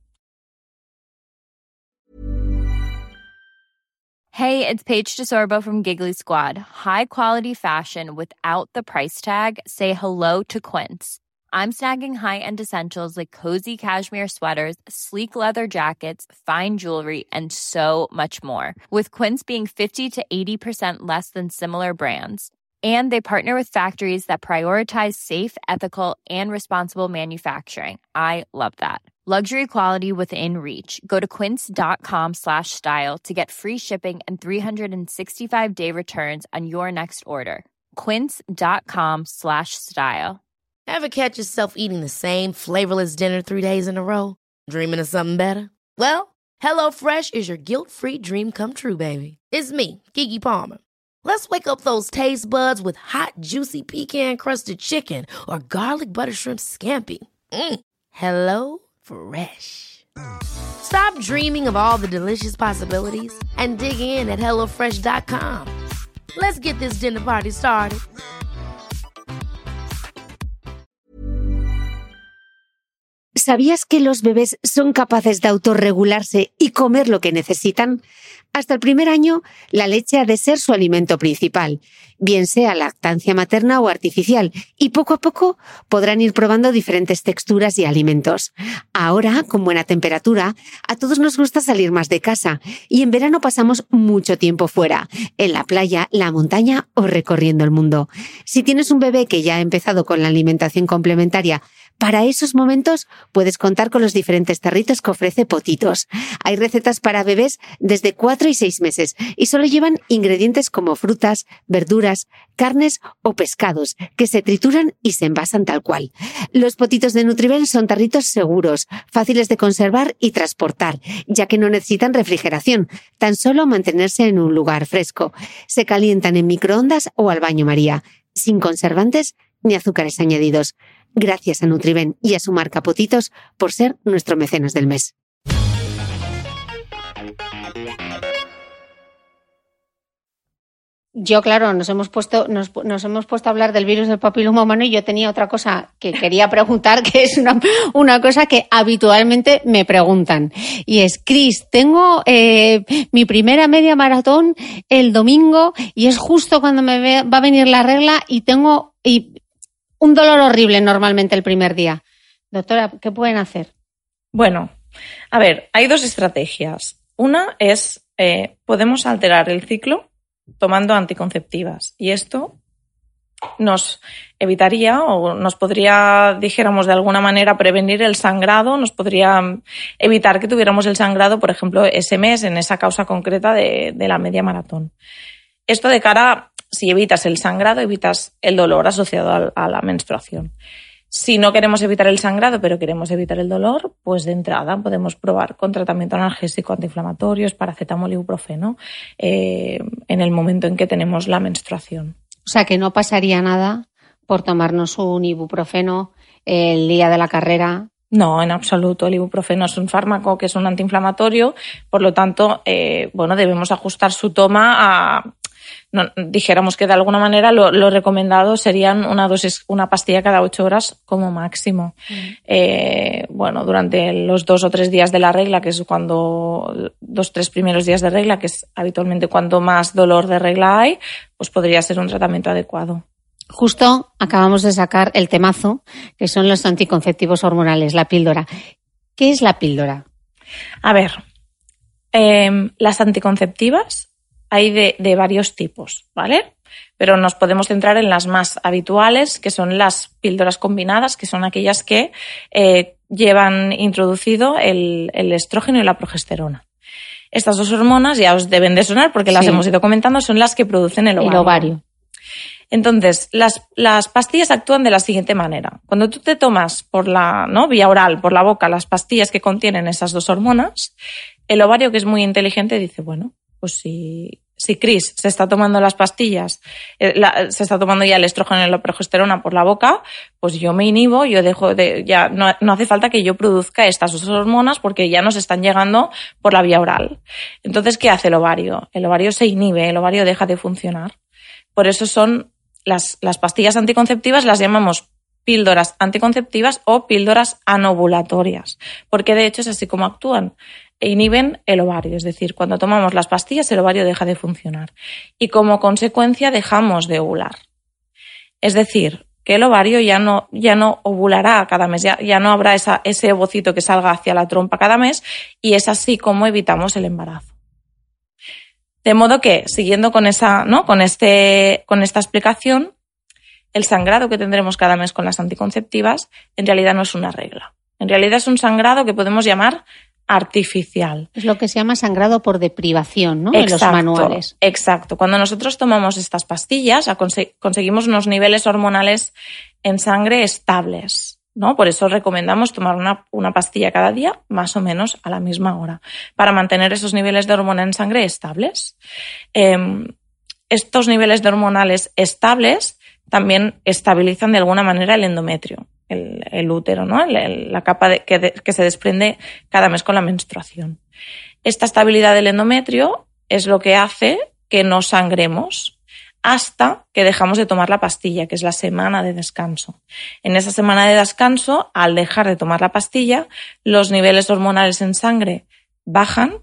Hey, it's Paige DeSorbo from Giggly Squad. High quality fashion without the price tag. Say hello to Quince. I'm snagging high-end essentials like cozy cashmere sweaters, sleek leather jackets, fine jewelry, and so much more. With Quince being fifty to eighty percent less than similar brands. And they partner with factories that prioritize safe, ethical, and responsible manufacturing. I love that. Luxury quality within reach. Go to quince.com slash style to get free shipping and three sixty-five day returns on your next order. Quince.com slash style. Ever catch yourself eating the same flavorless dinner three days in a row? Dreaming of something better? Well, HelloFresh is your guilt-free dream come true, baby. It's me, Keke Palmer. Let's wake up those taste buds with hot, juicy pecan-crusted chicken or garlic butter shrimp scampi. Mm. Hello Fresh. Stop dreaming of all the delicious possibilities and dig in at hello fresh dot com. Let's get this dinner party started. ¿Sabías que los bebés son capaces de autorregularse y comer lo que necesitan? Hasta el primer año, la leche ha de ser su alimento principal, bien sea lactancia materna o artificial, y poco a poco podrán ir probando diferentes texturas y alimentos. Ahora, con buena temperatura, a todos nos gusta salir más de casa, y en verano pasamos mucho tiempo fuera, en la playa, la montaña o recorriendo el mundo. Si tienes un bebé que ya ha empezado con la alimentación complementaria, para esos momentos puedes contar con los diferentes tarritos que ofrece Potitos. Hay recetas para bebés desde cuatro y seis meses y solo llevan ingredientes como frutas, verduras, carnes o pescados que se trituran y se envasan tal cual. Los Potitos de Nutriben son tarritos seguros, fáciles de conservar y transportar, ya que no necesitan refrigeración, tan solo mantenerse en un lugar fresco. Se calientan en microondas o al baño María, sin conservantes ni azúcares añadidos. Gracias a Nutriben y a su marca Potitos por ser nuestro mecenas del mes. Yo, claro, nos hemos puesto nos, nos hemos puesto a hablar del virus del papiloma humano y yo tenía otra cosa que quería preguntar, que es una, una cosa que habitualmente me preguntan. Y es, Cris, tengo eh, mi primera media maratón el domingo y es justo cuando me ve, va a venir la regla y tengo... Y, un dolor horrible normalmente el primer día. Doctora, ¿qué pueden hacer? Bueno, a ver, hay dos estrategias. Una es, eh, podemos alterar el ciclo tomando anticonceptivas y esto nos evitaría o nos podría, dijéramos de alguna manera, prevenir el sangrado, nos podría evitar que tuviéramos el sangrado, por ejemplo, ese mes en esa causa concreta de, de la media maratón. Esto de cara... Si evitas el sangrado, evitas el dolor asociado a la menstruación. Si no queremos evitar el sangrado, pero queremos evitar el dolor, pues de entrada podemos probar con tratamiento analgésico, antiinflamatorios, paracetamol, ibuprofeno, eh, en el momento en que tenemos la menstruación. O sea, que no pasaría nada por tomarnos un ibuprofeno el día de la carrera. No, en absoluto. El ibuprofeno es un fármaco que es un antiinflamatorio, por lo tanto, eh, bueno, debemos ajustar su toma a... No, dijéramos que de alguna manera lo, lo recomendado serían una dosis, una pastilla cada ocho horas como máximo. Mm. Eh, bueno, durante los dos o tres días de la regla, que es cuando, dos, tres primeros días de regla, que es habitualmente cuando más dolor de regla hay, pues podría ser un tratamiento adecuado. Justo acabamos de sacar el temazo, que son los anticonceptivos hormonales, la píldora. ¿Qué es la píldora? A ver, eh, las anticonceptivas hay de, de varios tipos, ¿vale? Pero nos podemos centrar en las más habituales, que son las píldoras combinadas, que son aquellas que eh, llevan introducido el, el estrógeno y la progesterona. Estas dos hormonas ya os deben de sonar porque las sí. hemos ido comentando, son las que producen el ovario. El ovario. Entonces, las, las pastillas actúan de la siguiente manera. Cuando tú te tomas por la, ¿no? vía oral, por la boca, las pastillas que contienen esas dos hormonas, el ovario, que es muy inteligente, dice, bueno, pues si, si Cris se está tomando las pastillas, eh, la, se está tomando ya el estrógeno y la progesterona por la boca, pues yo me inhibo, yo dejo de, ya no, no hace falta que yo produzca estas dos hormonas porque ya nos están llegando por la vía oral. Entonces, ¿qué hace el ovario? El ovario se inhibe, el ovario deja de funcionar. Por eso son las, las pastillas anticonceptivas, las llamamos píldoras anticonceptivas o píldoras anovulatorias, porque de hecho es así como actúan. E inhiben el ovario, es decir, cuando tomamos las pastillas el ovario deja de funcionar y como consecuencia dejamos de ovular. Es decir, que el ovario ya no, ya no ovulará cada mes, ya, ya no habrá esa, ese ovocito que salga hacia la trompa cada mes y es así como evitamos el embarazo. De modo que, siguiendo con esa, ¿no? con este, con esta explicación, el sangrado que tendremos cada mes con las anticonceptivas en realidad no es una regla. En realidad es un sangrado que podemos llamar artificial. Es lo que se llama sangrado por deprivación, ¿no? Exacto, en los manuales. Exacto. Cuando nosotros tomamos estas pastillas, conseguimos unos niveles hormonales en sangre estables, ¿no? Por eso recomendamos tomar una, una pastilla cada día, más o menos a la misma hora, para mantener esos niveles de hormona en sangre estables. Eh, estos niveles de hormonales estables también estabilizan de alguna manera el endometrio, el, el útero, ¿no? El, el, la capa de, que, de, que se desprende cada mes con la menstruación. Esta estabilidad del endometrio es lo que hace que no sangremos hasta que dejamos de tomar la pastilla, que es la semana de descanso. En esa semana de descanso, al dejar de tomar la pastilla, los niveles hormonales en sangre bajan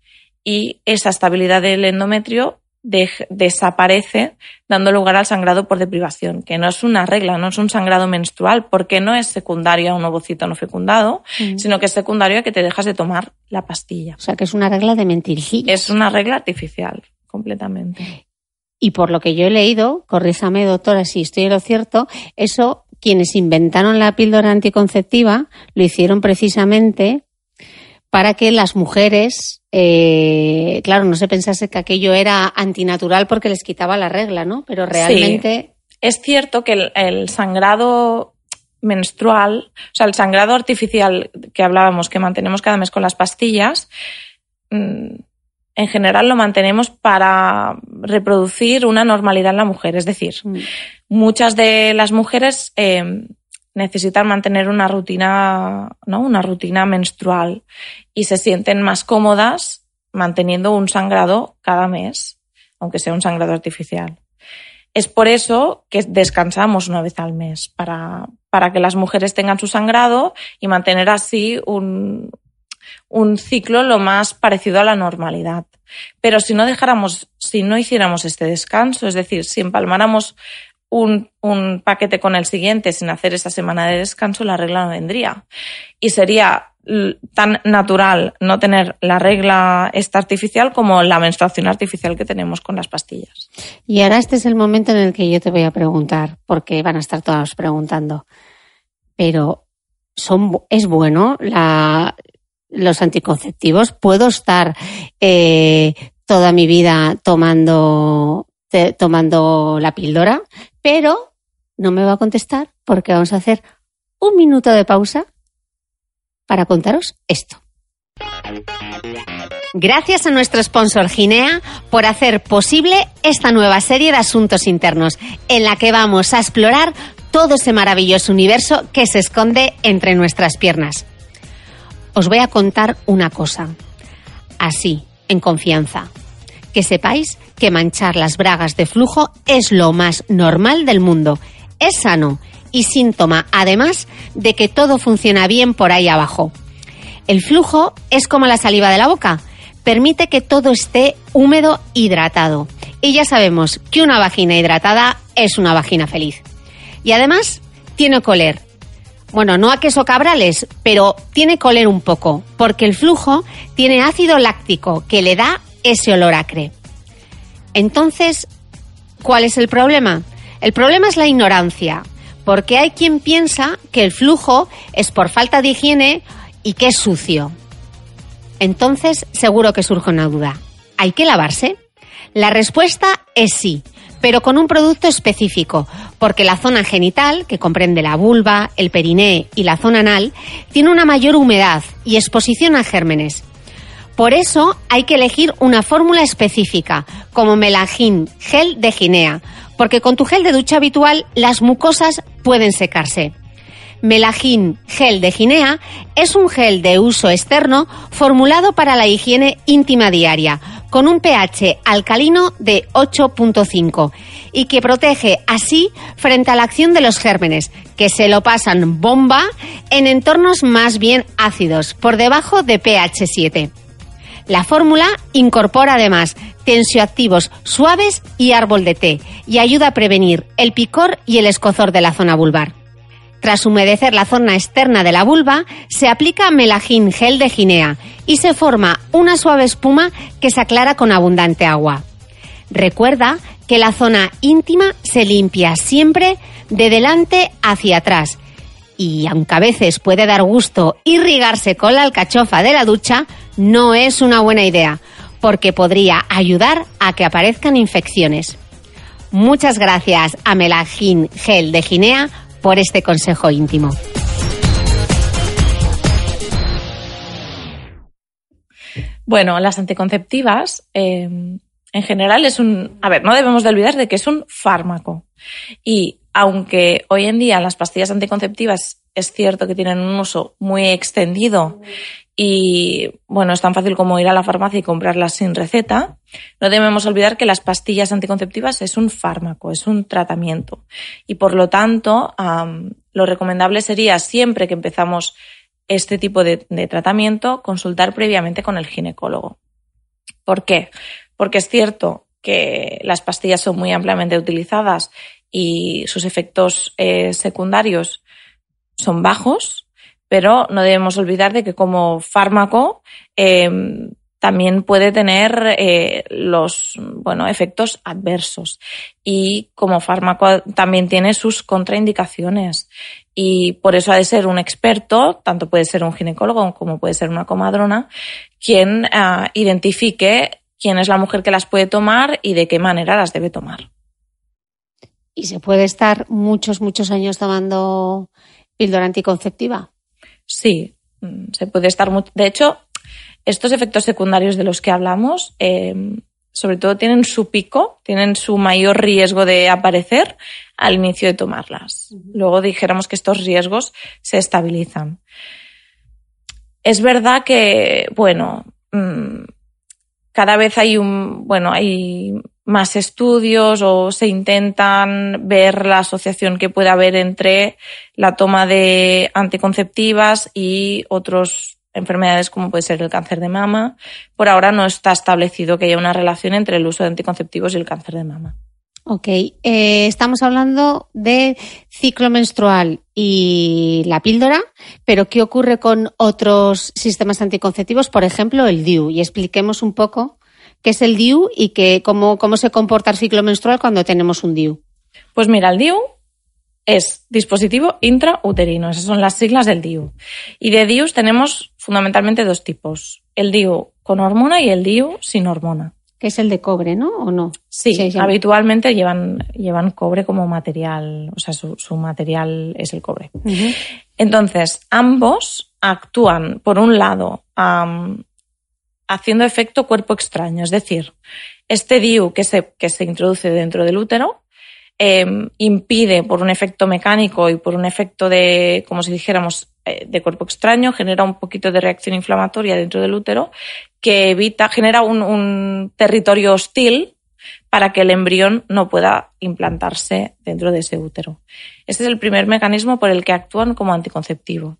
y esa estabilidad del endometrio de- desaparece, dando lugar al sangrado por deprivación, que no es una regla, no es un sangrado menstrual, porque no es secundario a un ovocito no fecundado, mm. sino que es secundario a que te dejas de tomar la pastilla. O sea, que es una regla de mentirijillas. Es una regla artificial, completamente. Y por lo que yo he leído, corríjame doctora si estoy en lo cierto, eso quienes inventaron la píldora anticonceptiva lo hicieron precisamente para que las mujeres, eh, claro, no se pensase que aquello era antinatural porque les quitaba la regla, ¿no? Pero realmente... Sí. Es cierto que el, el sangrado menstrual, o sea, el sangrado artificial que hablábamos, que mantenemos cada mes con las pastillas, mmm, en general lo mantenemos para reproducir una normalidad en la mujer. Es decir, mm. muchas de las mujeres eh, necesitan mantener una rutina, ¿no? Una rutina menstrual y se sienten más cómodas manteniendo un sangrado cada mes, aunque sea un sangrado artificial. Es por eso que descansamos una vez al mes, para, para que las mujeres tengan su sangrado y mantener así un... un ciclo lo más parecido a la normalidad. Pero si no dejáramos, si no hiciéramos este descanso, es decir, si empalmáramos un, un paquete con el siguiente sin hacer esa semana de descanso, la regla no vendría. Y sería tan natural no tener la regla esta artificial como la menstruación artificial que tenemos con las pastillas. Y ahora este es el momento en el que yo te voy a preguntar, porque van a estar todos preguntando, pero son, ¿es bueno la... los anticonceptivos? ¿Puedo estar eh, toda mi vida tomando, te, tomando la píldora? Pero no me va a contestar porque vamos a hacer un minuto de pausa para contaros esto. Gracias a nuestro sponsor Ginea por hacer posible esta nueva serie de asuntos internos en la que vamos a explorar todo ese maravilloso universo que se esconde entre nuestras piernas. Os voy a contar una cosa, así, en confianza. Que sepáis que manchar las bragas de flujo es lo más normal del mundo. Es sano y síntoma, además, de que todo funciona bien por ahí abajo. El flujo es como la saliva de la boca. Permite que todo esté húmedo, hidratado. Y ya sabemos que una vagina hidratada es una vagina feliz. Y además, tiene que oler. Bueno, no a queso Cabrales, pero tiene que oler un poco, porque el flujo tiene ácido láctico que le da ese olor acre. Entonces, ¿cuál es el problema? El problema es la ignorancia, porque hay quien piensa que el flujo es por falta de higiene y que es sucio. Entonces, seguro que surge una duda. ¿Hay que lavarse? La respuesta es sí, pero con un producto específico, porque la zona genital, que comprende la vulva, el periné y la zona anal, tiene una mayor humedad y exposición a gérmenes. Por eso hay que elegir una fórmula específica, como Melagin Gel de Ginea, porque con tu gel de ducha habitual las mucosas pueden secarse. Melagin Gel de Ginea es un gel de uso externo formulado para la higiene íntima diaria, con un pH alcalino de ocho punto cinco y que protege así frente a la acción de los gérmenes, que se lo pasan bomba en entornos más bien ácidos, por debajo de pH siete. La fórmula incorpora además tensioactivos suaves y árbol de té y ayuda a prevenir el picor y el escozor de la zona vulvar. Tras humedecer la zona externa de la vulva, se aplica Melagin Gel de Ginea y se forma una suave espuma que se aclara con abundante agua. Recuerda que la zona íntima se limpia siempre de delante hacia atrás y aunque a veces puede dar gusto irrigarse con la alcachofa de la ducha, no es una buena idea, porque podría ayudar a que aparezcan infecciones. Muchas gracias a Melagin Gel de Ginea por este consejo íntimo. Bueno, las anticonceptivas, eh, en general es un... A ver, no debemos de olvidar de que es un fármaco. Y aunque hoy en día las pastillas anticonceptivas es cierto que tienen un uso muy extendido y, bueno, es tan fácil como ir a la farmacia y comprarlas sin receta, no debemos olvidar que las pastillas anticonceptivas es un fármaco, es un tratamiento. Y por lo tanto, um, lo recomendable sería siempre que empezamos este tipo de, de tratamiento, consultar previamente con el ginecólogo. ¿Por qué? Porque es cierto que las pastillas son muy ampliamente utilizadas y sus efectos eh, secundarios son bajos, pero no debemos olvidar de que como fármaco eh, también puede tener eh, los bueno, efectos adversos y como fármaco también tiene sus contraindicaciones. Y por eso ha de ser un experto, tanto puede ser un ginecólogo como puede ser una comadrona, quien uh, identifique quién es la mujer que las puede tomar y de qué manera las debe tomar. ¿Y se puede estar muchos, muchos años tomando píldora anticonceptiva? Sí, se puede estar mucho. De hecho, estos efectos secundarios de los que hablamos, eh, sobre todo tienen su pico, tienen su mayor riesgo de aparecer al inicio de tomarlas. Uh-huh. Luego dijéramos que estos riesgos se estabilizan. Es verdad que, bueno, mmm, cada vez hay un, bueno, hay más estudios o se intentan ver la asociación que puede haber entre la toma de anticonceptivas y otras enfermedades como puede ser el cáncer de mama. Por ahora no está establecido que haya una relación entre el uso de anticonceptivos y el cáncer de mama. Ok, eh, estamos hablando de ciclo menstrual y la píldora, pero ¿qué ocurre con otros sistemas anticonceptivos? Por ejemplo, el D I U. Y expliquemos un poco qué es el D I U y que, cómo, cómo se comporta el ciclo menstrual cuando tenemos un D I U. Pues mira, el D I U es dispositivo intrauterino, esas son las siglas del D I U. Y de D I Us tenemos fundamentalmente dos tipos, el D I U con hormona y el D I U sin hormona. Que es el de cobre, ¿no? ¿O no? Sí, sí, sí, habitualmente llevan, llevan cobre como material, o sea, su, su material es el cobre. Uh-huh. Entonces, ambos actúan, por un lado, um, haciendo efecto cuerpo extraño, es decir, este D I U que se, que se introduce dentro del útero eh, impide, por un efecto mecánico y por un efecto de, como si dijéramos, eh, de cuerpo extraño, genera un poquito de reacción inflamatoria dentro del útero que evita, genera un, un territorio hostil para que el embrión no pueda implantarse dentro de ese útero. Este es el primer mecanismo por el que actúan como anticonceptivo.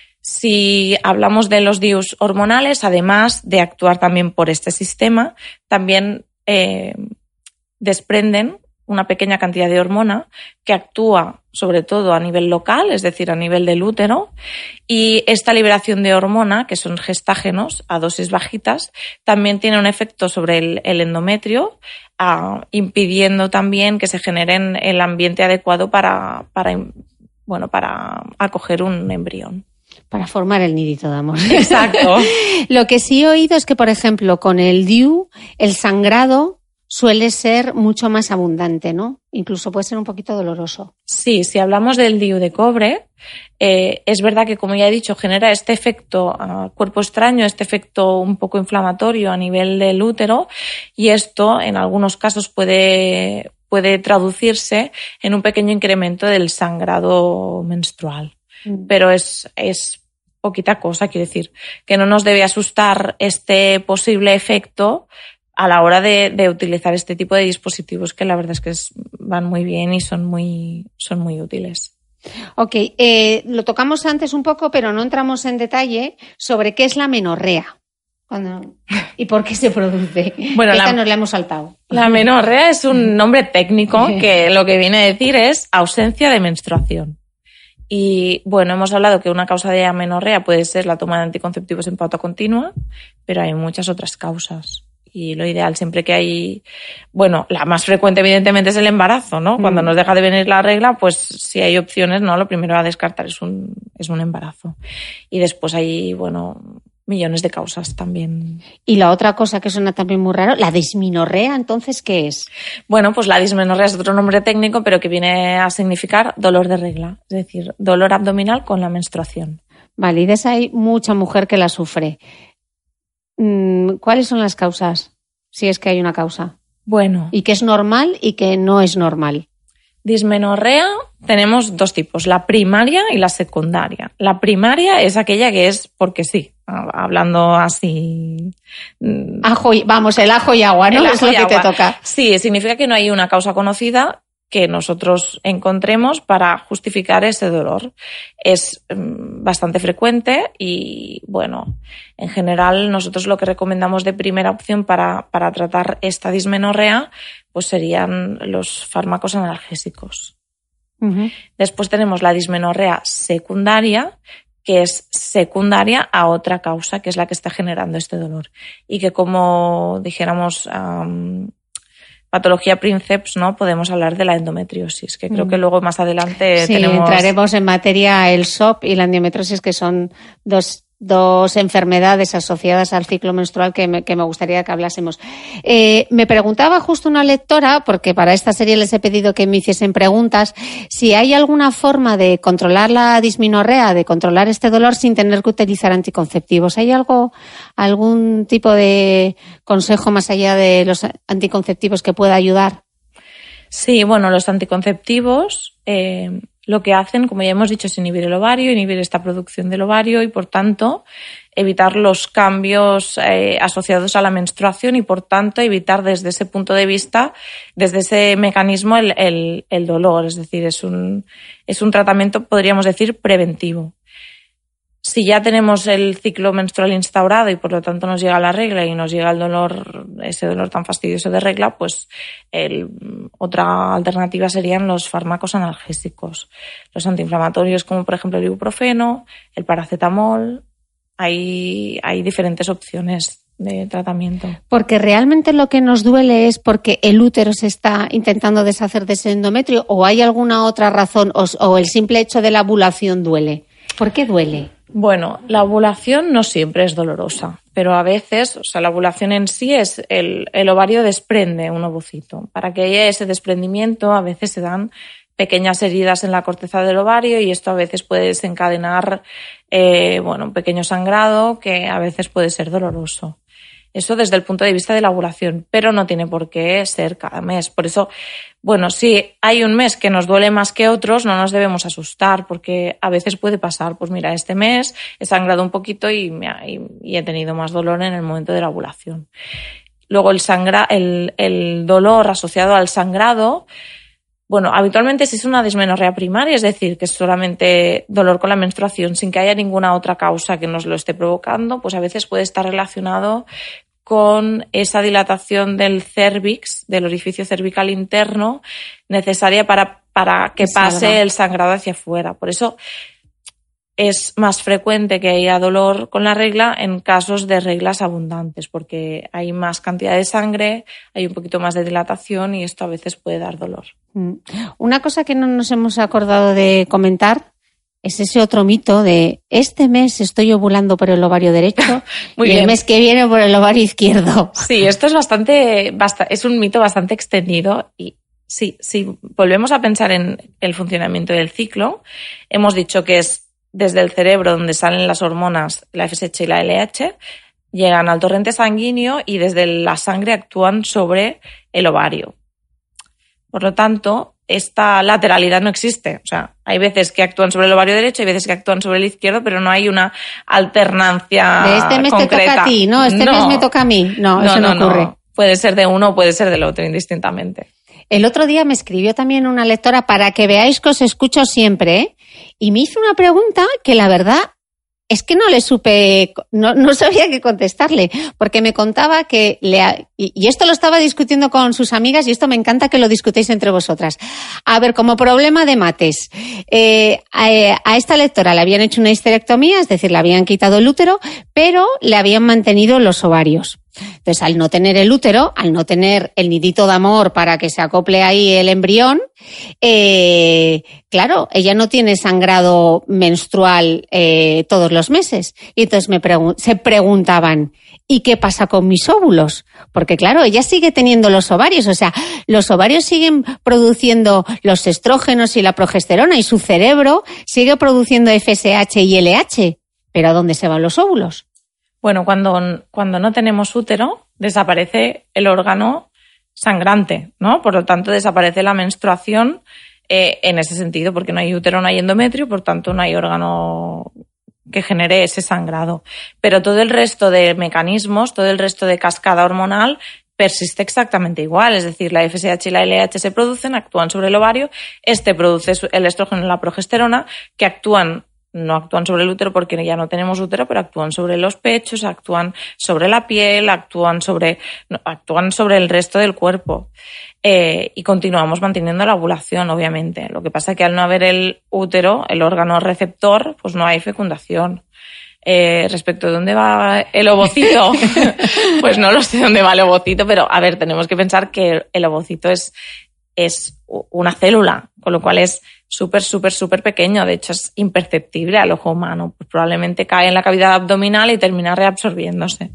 Si hablamos de los D I Us hormonales, además de actuar también por este sistema, también eh, desprenden una pequeña cantidad de hormona que actúa sobre todo a nivel local, es decir, a nivel del útero, y esta liberación de hormona, que son gestágenos a dosis bajitas, también tiene un efecto sobre el, el endometrio, uh, impidiendo también que se genere el ambiente adecuado para, para, bueno, para acoger un embrión. Para formar el nidito de amor. Exacto. Lo que sí he oído es que, por ejemplo, con el D I U, el sangrado suele ser mucho más abundante, ¿no? Incluso puede ser un poquito doloroso. Sí, si hablamos del D I U de cobre, eh, es verdad que, como ya he dicho, genera este efecto uh, cuerpo extraño, este efecto un poco inflamatorio a nivel del útero, y esto en algunos casos puede, puede traducirse en un pequeño incremento del sangrado menstrual. Mm. Pero es, es poquita cosa, quiero decir, que no nos debe asustar este posible efecto a la hora de, de utilizar este tipo de dispositivos, que la verdad es que es, van muy bien y son muy, son muy útiles. Ok, eh, lo tocamos antes un poco, pero no entramos en detalle sobre qué es la menorrea cuando, y por qué se produce. Bueno, esta la, nos la hemos saltado. La menorrea es un nombre técnico que lo que viene a decir es ausencia de menstruación. Y bueno, hemos hablado que una causa de amenorrea puede ser la toma de anticonceptivos en pauta continua, pero hay muchas otras causas. Y lo ideal siempre que hay, bueno, la más frecuente evidentemente es el embarazo, ¿no? Cuando Mm. nos deja de venir la regla, pues si hay opciones, ¿no? Lo primero a descartar es un, es un embarazo. Y después hay, bueno, millones de causas también. Y la otra cosa que suena también muy raro, la dismenorrea, entonces, ¿qué es? Bueno, pues la dismenorrea es otro nombre técnico, pero que viene a significar dolor de regla, es decir, dolor abdominal con la menstruación. Vale, y de esa hay mucha mujer que la sufre. ¿Cuáles son las causas? Si es que hay una causa. Bueno. ¿Y qué es normal y qué no es normal? Dismenorrea tenemos dos tipos, la primaria y la secundaria. La primaria es aquella que es porque sí, hablando así. Ajo y, vamos, el ajo y agua, ¿no? El Es ajo lo y que agua. te toca. Sí, significa que no hay una causa conocida que nosotros encontremos para justificar ese dolor. Es um, bastante frecuente y, bueno, en general nosotros lo que recomendamos de primera opción para, para tratar esta dismenorrea pues serían los fármacos analgésicos. Uh-huh. Después tenemos la dismenorrea secundaria, que es secundaria a otra causa, que es la que está generando este dolor. Y que, como dijéramos, um, patología Princeps, ¿no? Podemos hablar de la endometriosis, que creo que luego más adelante sí, tenemos... entraremos en materia el S O P y la endometriosis, que son dos, dos enfermedades asociadas al ciclo menstrual que me, que me gustaría que hablásemos. Eh, me preguntaba justo una lectora, porque para esta serie les he pedido que me hiciesen preguntas, si hay alguna forma de controlar la dismenorrea, de controlar este dolor sin tener que utilizar anticonceptivos. ¿Hay algo, algún tipo de consejo más allá de los anticonceptivos que pueda ayudar? Sí, bueno, los anticonceptivos eh, lo que hacen, como ya hemos dicho, es inhibir el ovario, inhibir esta producción del ovario y, por tanto, evitar los cambios eh, asociados a la menstruación y, por tanto, evitar desde ese punto de vista, desde ese mecanismo, el, el, el dolor. Es decir, es un, es un tratamiento, podríamos decir, preventivo. Si ya tenemos el ciclo menstrual instaurado y por lo tanto nos llega la regla y nos llega el dolor, ese dolor tan fastidioso de regla, pues el, otra alternativa serían los fármacos analgésicos. Los antiinflamatorios como por ejemplo el ibuprofeno, el paracetamol, hay, hay diferentes opciones de tratamiento. Porque realmente lo que nos duele es porque el útero se está intentando deshacer de ese endometrio, o hay alguna otra razón, o, o el simple hecho de la ovulación duele. ¿Por qué duele? Bueno, la ovulación no siempre es dolorosa, pero a veces, o sea, la ovulación en sí es el, el ovario desprende un ovocito. Para que haya ese desprendimiento, a veces se dan pequeñas heridas en la corteza del ovario y esto a veces puede desencadenar, eh, bueno, un pequeño sangrado que a veces puede ser doloroso. Eso desde el punto de vista de la ovulación, pero no tiene por qué ser cada mes. Por eso, bueno, si hay un mes que nos duele más que otros, no nos debemos asustar, porque a veces puede pasar, pues mira, este mes he sangrado un poquito y, me ha, y, y he tenido más dolor en el momento de la ovulación. Luego el, sangra, el, el dolor asociado al sangrado, bueno, habitualmente si es una dismenorrea primaria, es decir, que es solamente dolor con la menstruación sin que haya ninguna otra causa que nos lo esté provocando, pues a veces puede estar relacionado con esa dilatación del cérvix, del orificio cervical interno, necesaria para, para que pase el sangrado hacia afuera. Por eso es más frecuente que haya dolor con la regla en casos de reglas abundantes, porque hay más cantidad de sangre, hay un poquito más de dilatación y esto a veces puede dar dolor. Una cosa que no nos hemos acordado de comentar es ese otro mito de este mes estoy ovulando por el ovario derecho Muy y bien. el mes que viene por el ovario izquierdo. Sí, esto es bastante, basta, es un mito bastante extendido y sí, si volvemos a pensar en el funcionamiento del ciclo, hemos dicho que es desde el cerebro donde salen las hormonas, la F S H y la L H, llegan al torrente sanguíneo y desde la sangre actúan sobre el ovario. Por lo tanto, esta lateralidad no existe. O sea, hay veces que actúan sobre el ovario derecho, hay veces que actúan sobre el izquierdo, pero no hay una alternancia de este mes concreta. te toca a ti, no, este no. mes me toca a mí. No, no eso no, no ocurre. No. Puede ser de uno o puede ser del otro, indistintamente. El otro día me escribió también una lectora para que veáis que os escucho siempre, ¿eh? Y me hizo una pregunta que la verdad es que no le supe, no, no sabía qué contestarle, porque me contaba que, le ha, y, y esto lo estaba discutiendo con sus amigas y esto me encanta que lo discutéis entre vosotras. A ver, como problema de mates, eh, a, a esta lectora le habían hecho una histerectomía, es decir, le habían quitado el útero, pero le habían mantenido los ovarios. Entonces, al no tener el útero, al no tener el nidito de amor para que se acople ahí el embrión, eh, claro, ella no tiene sangrado menstrual eh, todos los meses. Y entonces me pregun- se preguntaban, ¿y qué pasa con mis óvulos? Porque claro, ella sigue teniendo los ovarios, o sea, los ovarios siguen produciendo los estrógenos y la progesterona y su cerebro sigue produciendo F S H y L H. ¿Pero a dónde se van los óvulos? Bueno, cuando, cuando no tenemos útero, desaparece el órgano sangrante, ¿no? Por lo tanto, desaparece la menstruación eh, en ese sentido, porque no hay útero, no hay endometrio, por tanto, no hay órgano que genere ese sangrado. Pero todo el resto de mecanismos, todo el resto de cascada hormonal persiste exactamente igual. Es decir, la F S H y la L H se producen, actúan sobre el ovario, este produce el estrógeno y la progesterona, que actúan no actúan sobre el útero porque ya no tenemos útero, pero actúan sobre los pechos, actúan sobre la piel, actúan sobre, no, actúan sobre el resto del cuerpo. Eh, y continuamos manteniendo la ovulación, obviamente. Lo que pasa es que al no haber el útero, el órgano receptor, pues no hay fecundación. Eh, respecto de dónde va el ovocito, pues no lo sé dónde va el ovocito, pero a ver, tenemos que pensar que el ovocito es, es una célula, con lo cual es súper, súper, súper pequeño. De hecho, es imperceptible al ojo humano. Pues probablemente cae en la cavidad abdominal y termina reabsorbiéndose.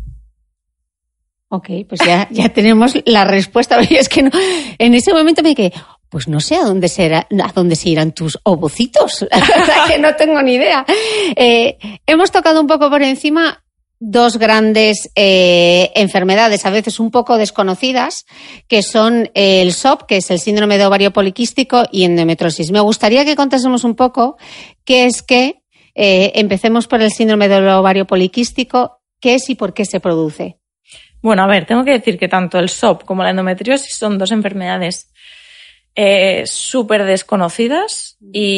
Ok, pues ya, ya tenemos la respuesta. Es que no, en ese momento me quedé, pues no sé a dónde, será, a dónde se irán tus ovocitos. La verdad que no tengo ni idea. Eh, hemos tocado un poco por encima dos grandes eh, enfermedades, a veces un poco desconocidas, que son el S O P, que es el síndrome de ovario poliquístico, y endometriosis. Me gustaría que contásemos un poco qué es que, eh, empecemos por el síndrome del ovario poliquístico, qué es y por qué se produce. Bueno, a ver, tengo que decir que tanto el S O P como la endometriosis son dos enfermedades eh, súper desconocidas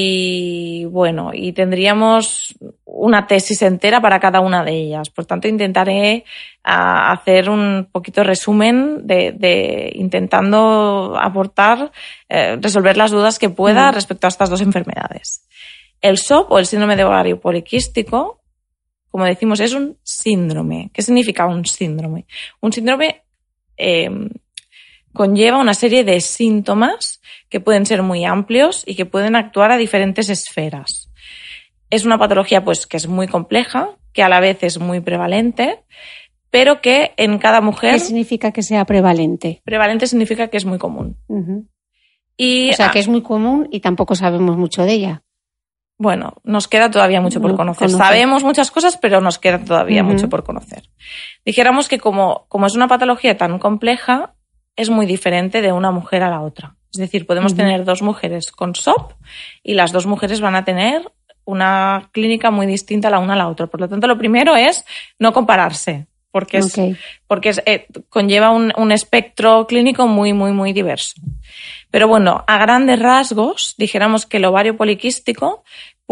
y, bueno, y tendríamos una tesis entera para cada una de ellas. Por tanto, intentaré a, hacer un poquito resumen de, de intentando aportar, eh, resolver las dudas que pueda mm. respecto a estas dos enfermedades. El S O P o el síndrome de ovario poliquístico, como decimos, es un síndrome. ¿Qué significa un síndrome? Un síndrome eh, conlleva una serie de síntomas que pueden ser muy amplios y que pueden actuar a diferentes esferas. Es una patología pues, que es muy compleja, que a la vez es muy prevalente, pero que en cada mujer... ¿Qué significa que sea prevalente? Prevalente significa que es muy común. Uh-huh. Y, o sea, que es muy común y tampoco sabemos mucho de ella. Bueno, nos queda todavía mucho por conocer. conocer. Sabemos muchas cosas, pero nos queda todavía uh-huh. mucho por conocer. Dijéramos que como, como es una patología tan compleja, es muy diferente de una mujer a la otra. Es decir, podemos uh-huh. tener dos mujeres con S O P y las dos mujeres van a tener una clínica muy distinta la una a la otra. Por lo tanto, lo primero es no compararse, porque, es, okay. porque es, eh, conlleva un, un espectro clínico muy, muy, muy diverso. Pero bueno, a grandes rasgos, dijéramos que el ovario poliquístico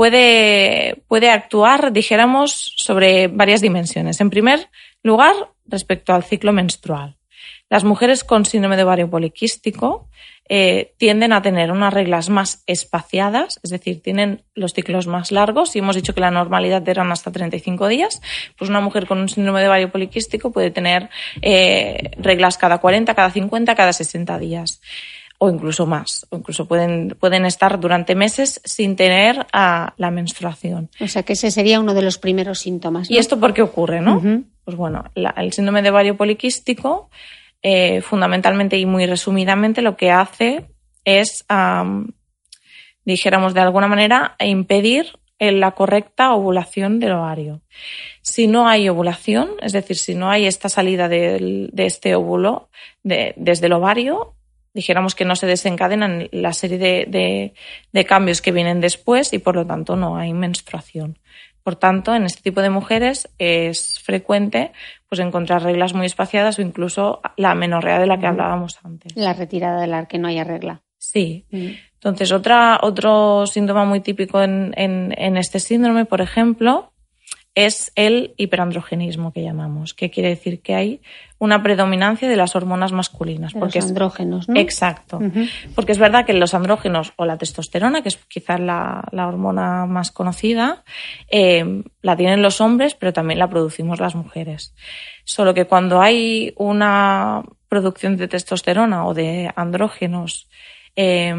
puede, puede actuar, dijéramos, sobre varias dimensiones. En primer lugar, respecto al ciclo menstrual. Las mujeres con síndrome de ovario poliquístico eh, tienden a tener unas reglas más espaciadas, es decir, tienen los ciclos más largos, y hemos dicho que la normalidad eran hasta treinta y cinco días, pues una mujer con un síndrome de ovario poliquístico puede tener eh, reglas cada cuarenta, cada cincuenta, cada sesenta días. O incluso más, o incluso pueden, pueden estar durante meses sin tener uh, la menstruación. O sea que ese sería uno de los primeros síntomas, ¿no? ¿Y esto por qué ocurre, no? Uh-huh. Pues bueno, la, el síndrome de ovario poliquístico, eh, fundamentalmente y muy resumidamente, lo que hace es, um, dijéramos de alguna manera, impedir la correcta ovulación del ovario. Si no hay ovulación, es decir, si no hay esta salida de, de este óvulo de, desde el ovario, dijéramos que no se desencadenan la serie de, de, de cambios que vienen después y por lo tanto no hay menstruación. Por tanto, en este tipo de mujeres es frecuente pues, encontrar reglas muy espaciadas o incluso la amenorrea de la que hablábamos antes. La retirada de la que no haya regla. Sí. Mm. Entonces, otra, otro síntoma muy típico en, en, en este síndrome, por ejemplo, es el hiperandrogenismo que llamamos, que quiere decir que hay una predominancia de las hormonas masculinas. De porque los andrógenos, ¿no? Exacto. Uh-huh. Porque es verdad que los andrógenos o la testosterona, que es quizás la, la hormona más conocida, eh, la tienen los hombres, pero también la producimos las mujeres. Solo que cuando hay una producción de testosterona o de andrógenos eh,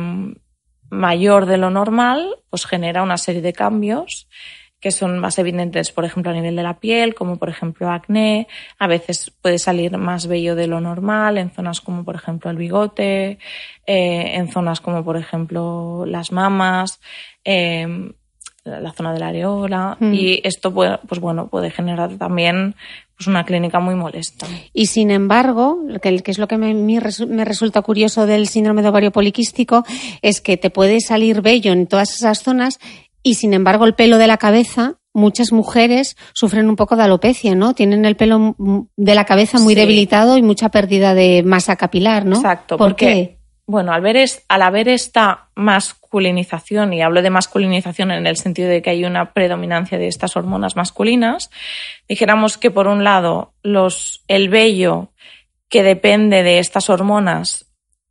mayor de lo normal, pues genera una serie de cambios que son más evidentes, por ejemplo, a nivel de la piel, como por ejemplo acné. A veces puede salir más vello de lo normal en zonas como por ejemplo el bigote, eh, en zonas como por ejemplo las mamas, eh, la zona de la areola. Mm. Y esto puede, pues bueno, puede generar también pues una clínica muy molesta. Y sin embargo, que, que es lo que me, me resulta curioso del síndrome de ovario poliquístico, es que te puede salir vello en todas esas zonas. Y sin embargo, el pelo de la cabeza, muchas mujeres sufren un poco de alopecia, ¿no? Tienen el pelo de la cabeza muy sí. debilitado y mucha pérdida de masa capilar, ¿no? Exacto. ¿Por porque, qué? Bueno, al ver, es, al haber esta masculinización, y hablo de masculinización en el sentido de que hay una predominancia de estas hormonas masculinas, dijéramos que por un lado los, el vello que depende de estas hormonas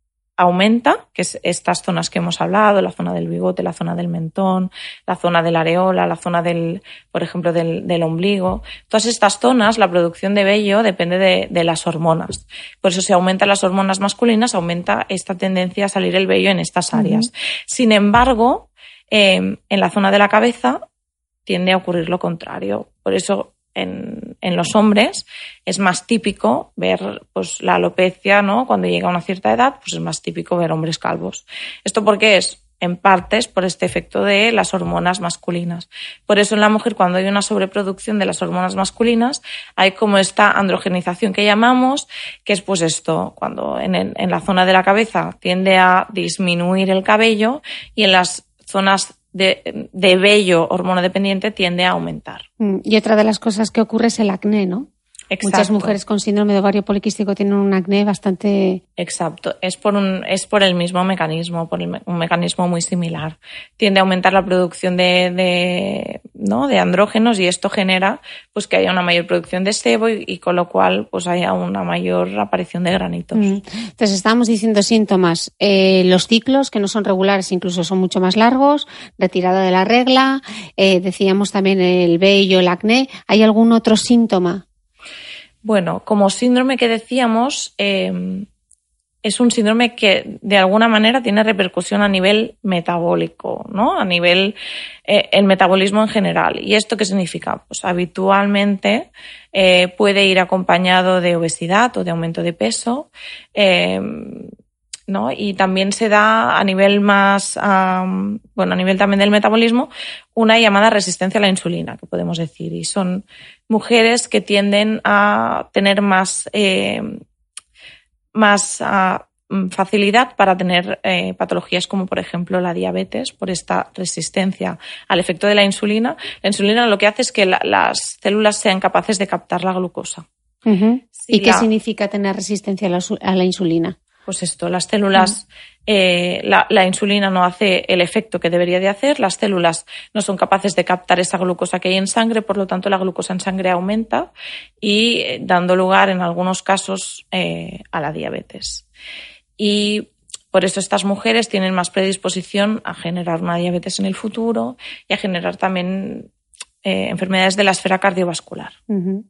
aumenta, que es estas zonas que hemos hablado, la zona del bigote, la zona del mentón, la zona de la areola, la zona del, por ejemplo, del, del ombligo. Todas estas zonas, la producción de vello depende de, de las hormonas. Por eso si aumentan las hormonas masculinas, aumenta esta tendencia a salir el vello en estas áreas. Uh-huh. Sin embargo, eh, en la zona de la cabeza tiende a ocurrir lo contrario. Por eso En, en los hombres es más típico ver pues la alopecia, ¿no? Cuando llega a una cierta edad, pues es más típico ver hombres calvos. ¿Esto por qué es? En parte es por este efecto de las hormonas masculinas. Por eso en la mujer, cuando hay una sobreproducción de las hormonas masculinas, hay como esta androgenización que llamamos, que es pues esto, cuando en, el, en la zona de la cabeza tiende a disminuir el cabello y en las zonas De, de vello hormonodependiente tiende a aumentar. Y otra de las cosas que ocurre es el acné, ¿no? Exacto. Muchas mujeres con síndrome de ovario poliquístico tienen un acné bastante... Exacto, es por un es por el mismo mecanismo, por el, un mecanismo muy similar. Tiende a aumentar la producción de, de, ¿no? de andrógenos y esto genera pues que haya una mayor producción de sebo y, y con lo cual pues haya una mayor aparición de granitos. Mm. Entonces estábamos diciendo síntomas, eh, los ciclos que no son regulares, incluso son mucho más largos, retirada de la regla, eh, decíamos también el vello, el acné. ¿Hay algún otro síntoma? Bueno, como síndrome que decíamos, eh, es un síndrome que de alguna manera tiene repercusión a nivel metabólico, ¿no? A nivel, eh, el metabolismo en general. ¿Y esto qué significa? Pues habitualmente eh, puede ir acompañado de obesidad o de aumento de peso, eh, ¿no? Y también se da a nivel más, um, bueno, a nivel también del metabolismo, una llamada resistencia a la insulina, que podemos decir. Y son mujeres que tienden a tener más, eh, más uh, facilidad para tener eh, patologías como, por ejemplo, la diabetes, por esta resistencia al efecto de la insulina. La insulina lo que hace es que la, las células sean capaces de captar la glucosa. Uh-huh. Si ¿Y qué la... significa tener resistencia a la, a la insulina? Pues esto, las células, eh, la, la insulina no hace el efecto que debería de hacer, las células no son capaces de captar esa glucosa que hay en sangre, por lo tanto la glucosa en sangre aumenta y eh, dando lugar en algunos casos eh, a la diabetes. Y por eso estas mujeres tienen más predisposición a generar una diabetes en el futuro y a generar también eh, enfermedades de la esfera cardiovascular. Uh-huh.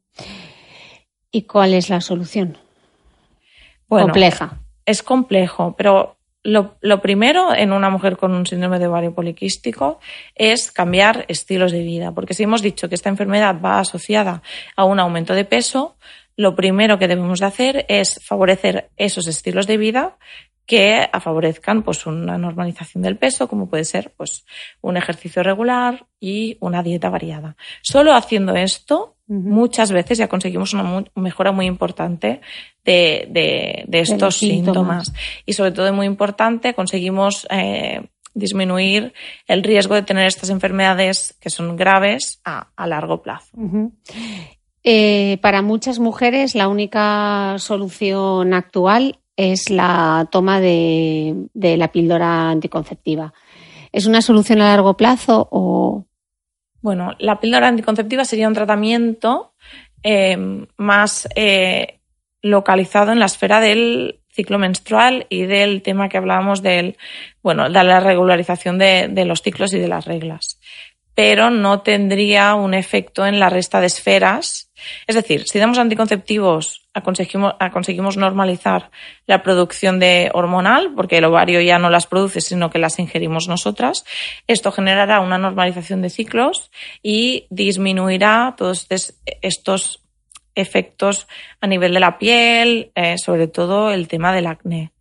¿Y cuál es la solución? Bueno, compleja. Es complejo, pero lo, lo primero en una mujer con un síndrome de ovario poliquístico es cambiar estilos de vida, porque si hemos dicho que esta enfermedad va asociada a un aumento de peso, lo primero que debemos de hacer es favorecer esos estilos de vida que favorezcan pues una normalización del peso, como puede ser pues un ejercicio regular y una dieta variada. Solo haciendo esto, uh-huh, muchas veces ya conseguimos una mu- mejora muy importante de, de, de estos de síntomas. síntomas. Y sobre todo, muy importante, conseguimos eh, disminuir el riesgo de tener estas enfermedades que son graves a, a largo plazo. Uh-huh. Eh, para muchas mujeres, la única solución actual es la toma de, de la píldora anticonceptiva. ¿Es una solución a largo plazo o...? Bueno, la píldora anticonceptiva sería un tratamiento eh, más eh, localizado en la esfera del ciclo menstrual y del tema que hablábamos del, bueno, de la regularización de, de los ciclos y de las reglas. Pero no tendría un efecto en la resta de esferas. Es decir, si damos anticonceptivos, conseguimos, conseguimos normalizar la producción de hormonal, porque el ovario ya no las produce, sino que las ingerimos nosotras. Esto generará una normalización de ciclos y disminuirá todos estos efectos a nivel de la piel, eh, sobre todo el tema del acné.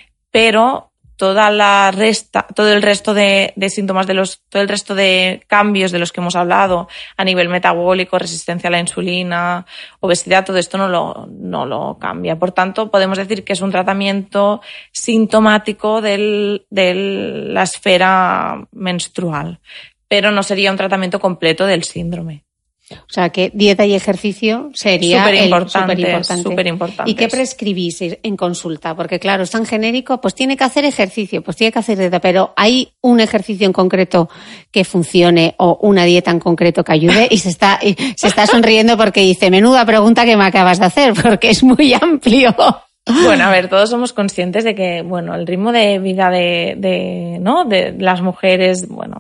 Pero toda la resta, todo el resto de, de síntomas, de los, todo el resto de cambios de los que hemos hablado a nivel metabólico, resistencia a la insulina, obesidad, todo esto no lo, no lo cambia. Por tanto, podemos decir que es un tratamiento sintomático del, de la esfera menstrual, pero no sería un tratamiento completo del síndrome. O sea, que dieta y ejercicio sería súper importante, súper importante. Súper importante. ¿Y qué prescribís en consulta? Porque claro, es tan genérico, pues tiene que hacer ejercicio, pues tiene que hacer dieta, pero ¿hay un ejercicio en concreto que funcione o una dieta en concreto que ayude? Y se está, y se está sonriendo porque dice, menuda pregunta que me acabas de hacer, porque es muy amplio. Bueno, a ver, todos somos conscientes de que, bueno, el ritmo de vida de, de, ¿no? de las mujeres, bueno,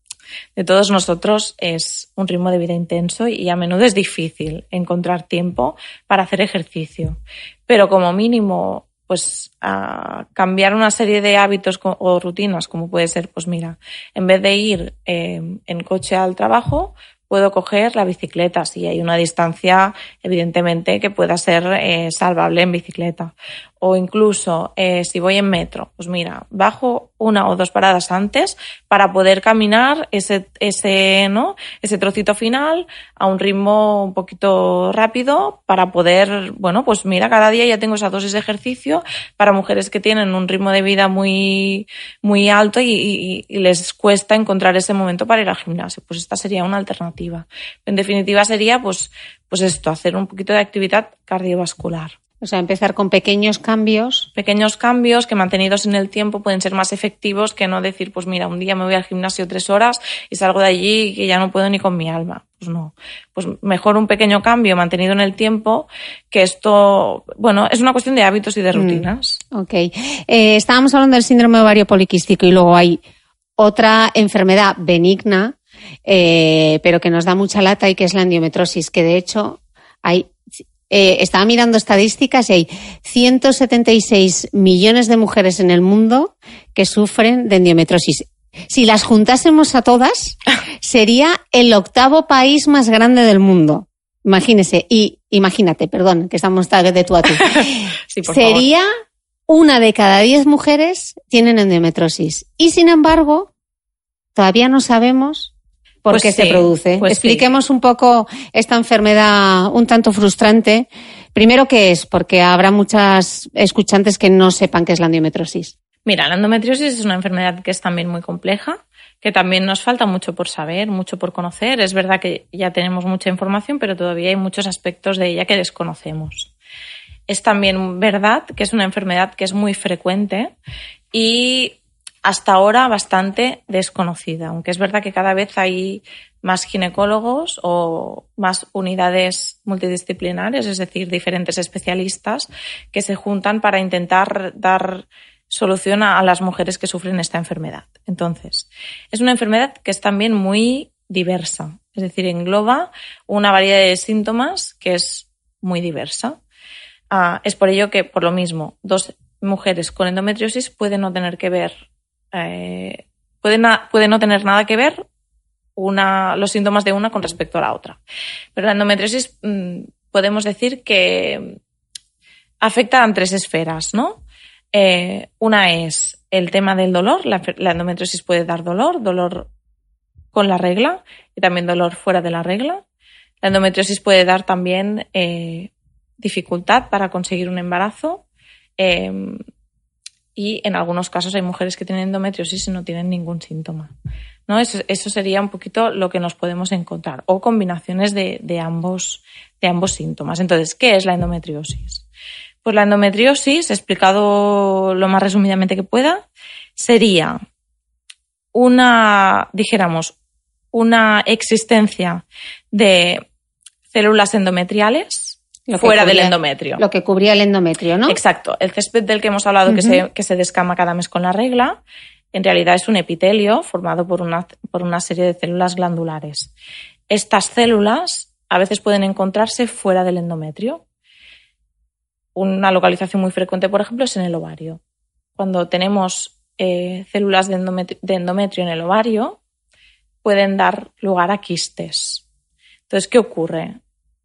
de todos nosotros es un ritmo de vida intenso y a menudo es difícil encontrar tiempo para hacer ejercicio. Pero como mínimo, pues a cambiar una serie de hábitos o rutinas, como puede ser, pues mira, en vez de ir eh, en coche al trabajo, puedo coger la bicicleta, si hay una distancia evidentemente que pueda ser eh, salvable en bicicleta. O incluso eh, si voy en metro, pues mira, bajo una o dos paradas antes para poder caminar ese, ese, ¿no? ese trocito final a un ritmo un poquito rápido para poder, bueno, pues mira, cada día ya tengo esa dosis de ejercicio para mujeres que tienen un ritmo de vida muy, muy alto y, y, y les cuesta encontrar ese momento para ir al gimnasio. Pues esta sería una alternativa. En definitiva sería, pues, pues esto, hacer un poquito de actividad cardiovascular. O sea, empezar con pequeños cambios. Pequeños cambios que mantenidos en el tiempo pueden ser más efectivos que no decir, pues mira, un día me voy al gimnasio tres horas y salgo de allí y que ya no puedo ni con mi alma. Pues no. Pues mejor un pequeño cambio mantenido en el tiempo que esto, bueno, es una cuestión de hábitos y de rutinas. Mm, ok. Eh, estábamos hablando del síndrome ovario poliquístico y luego hay otra enfermedad benigna, eh, pero que nos da mucha lata y que es la endometriosis, que de hecho hay... Eh, estaba mirando estadísticas y hay ciento setenta y seis millones de mujeres en el mundo que sufren de endometriosis. Si las juntásemos a todas, sería el octavo país más grande del mundo. Imagínese, y imagínate, perdón, que estamos de tú a tú. Sí, por sería favor. Una de cada diez mujeres tienen endometriosis. Y sin embargo, todavía no sabemos por pues qué sí, se produce. Pues Expliquemos sí. un poco esta enfermedad un tanto frustrante. Primero, ¿qué es? Porque habrá muchas escuchantes que no sepan qué es la endometriosis. Mira, la endometriosis es una enfermedad que es también muy compleja, que también nos falta mucho por saber, mucho por conocer. Es verdad que ya tenemos mucha información, pero todavía hay muchos aspectos de ella que desconocemos. Es también verdad que es una enfermedad que es muy frecuente y hasta ahora bastante desconocida, aunque es verdad que cada vez hay más ginecólogos o más unidades multidisciplinares, es decir, diferentes especialistas que se juntan para intentar dar solución a las mujeres que sufren esta enfermedad. Entonces, es una enfermedad que es también muy diversa, es decir, engloba una variedad de síntomas que es muy diversa. Ah, es por ello que, por lo mismo, dos mujeres con endometriosis pueden no tener que ver Eh, puede, na- puede no tener nada que ver una, los síntomas de una con respecto a la otra. Pero la endometriosis mmm, podemos decir que afecta en tres esferas, ¿no? Eh, una es el tema del dolor. La, la endometriosis puede dar dolor, dolor con la regla y también dolor fuera de la regla. La endometriosis puede dar también eh, dificultad para conseguir un embarazo. Eh, Y en algunos casos hay mujeres que tienen endometriosis y no tienen ningún síntoma, ¿no? Eso, eso sería un poquito lo que nos podemos encontrar. O combinaciones de, de, ambos, de ambos síntomas. Entonces, ¿qué es la endometriosis? Pues la endometriosis, explicado lo más resumidamente que pueda, sería una, dijéramos, una existencia de células endometriales Lo fuera cubría, del endometrio. Lo que cubría el endometrio, ¿no? Exacto. El césped del que hemos hablado, uh-huh. que, se, que se descama cada mes con la regla, en realidad es un epitelio formado por una, por una serie de células glandulares. Estas células a veces pueden encontrarse fuera del endometrio. Una localización muy frecuente, por ejemplo, es en el ovario. Cuando tenemos eh, células de endometrio, de endometrio en el ovario, pueden dar lugar a quistes. Entonces, ¿qué ocurre?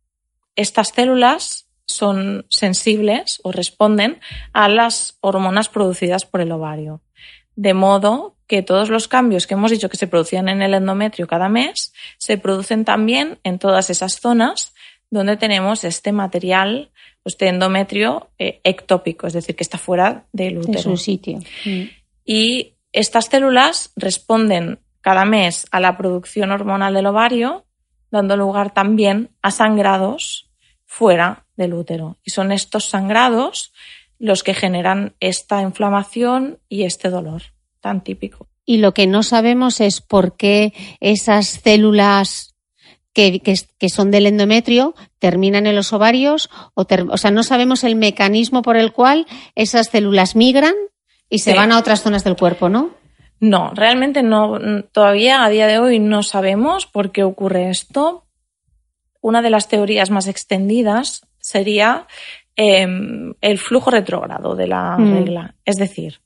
Estas células son sensibles o responden a las hormonas producidas por el ovario. De modo que todos los cambios que hemos dicho que se producían en el endometrio cada mes se producen también en todas esas zonas donde tenemos este material, este endometrio eh, ectópico, es decir, que está fuera del útero. De su sitio. Mm. Y estas células responden cada mes a la producción hormonal del ovario, dando lugar también a sangrados fuera del útero. Y son estos sangrados los que generan esta inflamación y este dolor tan típico. Y lo que no sabemos es por qué esas células que, que, que son del endometrio terminan en los ovarios, o, ter, o sea, no sabemos el mecanismo por el cual esas células migran y se sí. van a otras zonas del cuerpo, ¿no? No, realmente no. Todavía a día de hoy no sabemos por qué ocurre esto. Una de las teorías más extendidas sería eh, el flujo retrógrado de la mm. regla. Es decir,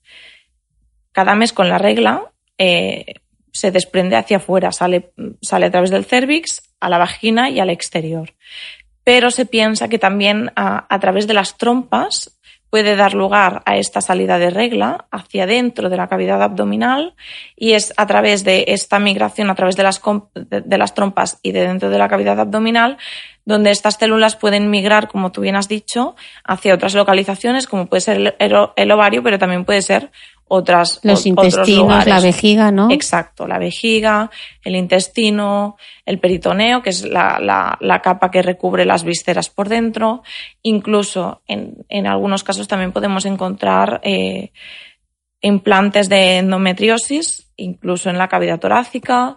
cada mes con la regla eh, se desprende hacia afuera, sale, sale a través del cérvix, a la vagina y al exterior. Pero se piensa que también a, a través de las trompas puede dar lugar a esta salida de regla hacia dentro de la cavidad abdominal, y es a través de esta migración a través de las, de, de las trompas y de dentro de la cavidad abdominal donde estas células pueden migrar, como tú bien has dicho, hacia otras localizaciones, como puede ser el, el ovario, pero también puede ser otras los o, intestinos, otros lugares. La vejiga, ¿no? Exacto, la vejiga, el intestino, el peritoneo, que es la, la, la capa que recubre las vísceras por dentro. Incluso en, en algunos casos también podemos encontrar eh, implantes de endometriosis, incluso en la cavidad torácica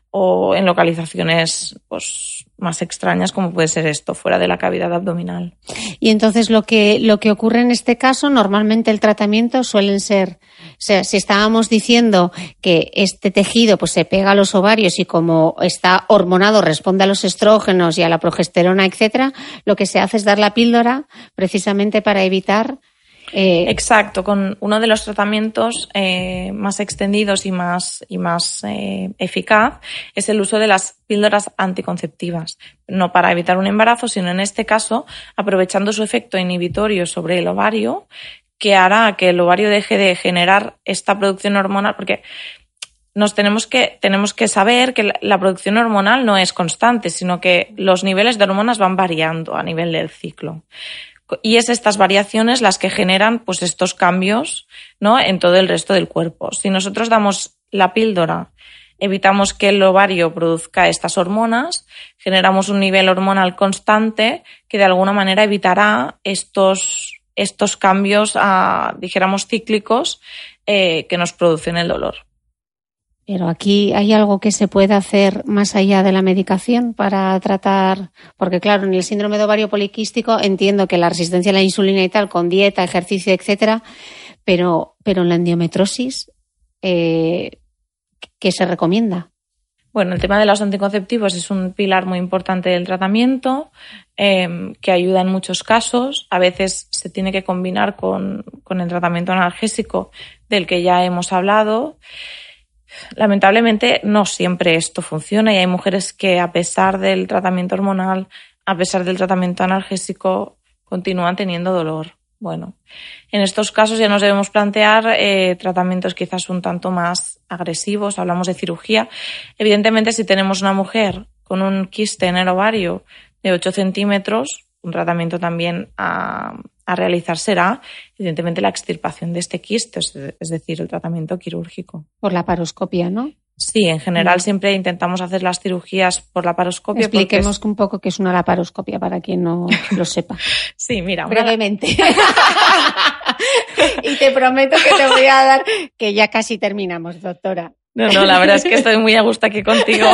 o en localizaciones pues, más extrañas, como puede ser esto, fuera de la cavidad abdominal. Y entonces lo que, lo que ocurre en este caso, normalmente el tratamiento suelen ser, o sea, si estábamos diciendo que este tejido pues, se pega a los ovarios y como está hormonado responde a los estrógenos y a la progesterona, etcétera, lo que se hace es dar la píldora precisamente para evitar... Eh... Exacto, con uno de los tratamientos eh, más extendidos y más, y más eh, eficaz es el uso de las píldoras anticonceptivas, no para evitar un embarazo, sino en este caso aprovechando su efecto inhibitorio sobre el ovario, que hará que el ovario deje de generar esta producción hormonal, porque nos tenemos que, tenemos que saber que la, la producción hormonal no es constante, sino que los niveles de hormonas van variando a nivel del ciclo. Y es estas variaciones las que generan pues estos cambios, ¿no?, en todo el resto del cuerpo. Si nosotros damos la píldora, evitamos que el ovario produzca estas hormonas, generamos un nivel hormonal constante que de alguna manera evitará estos, estos cambios, a, dijéramos, cíclicos eh, que nos producen el dolor. Pero aquí hay algo que se puede hacer más allá de la medicación para tratar, porque claro, en el síndrome de ovario poliquístico entiendo que la resistencia a la insulina y tal, con dieta, ejercicio, etcétera, pero, pero en la endometriosis, eh, ¿qué se recomienda? Bueno, el tema de los anticonceptivos es un pilar muy importante del tratamiento, eh, que ayuda en muchos casos. A veces se tiene que combinar con, con el tratamiento analgésico del que ya hemos hablado. Lamentablemente no siempre esto funciona y hay mujeres que a pesar del tratamiento hormonal, a pesar del tratamiento analgésico, continúan teniendo dolor. Bueno, en estos casos ya nos debemos plantear eh, tratamientos quizás un tanto más agresivos, hablamos de cirugía. Evidentemente, si tenemos una mujer con un quiste en el ovario de ocho centímetros, un tratamiento también a, a realizar será, evidentemente, la extirpación de este quiste, es decir, el tratamiento quirúrgico. Por la paroscopia, ¿no? Sí, en general siempre intentamos hacer las cirugías por laparoscopia. Expliquemos es... un poco qué es una laparoscopia para quien no lo sepa. Sí, mira. Brevemente. Una... Y te prometo que te voy a dar, que ya casi terminamos, doctora. No, no, la verdad es que estoy muy a gusto aquí contigo.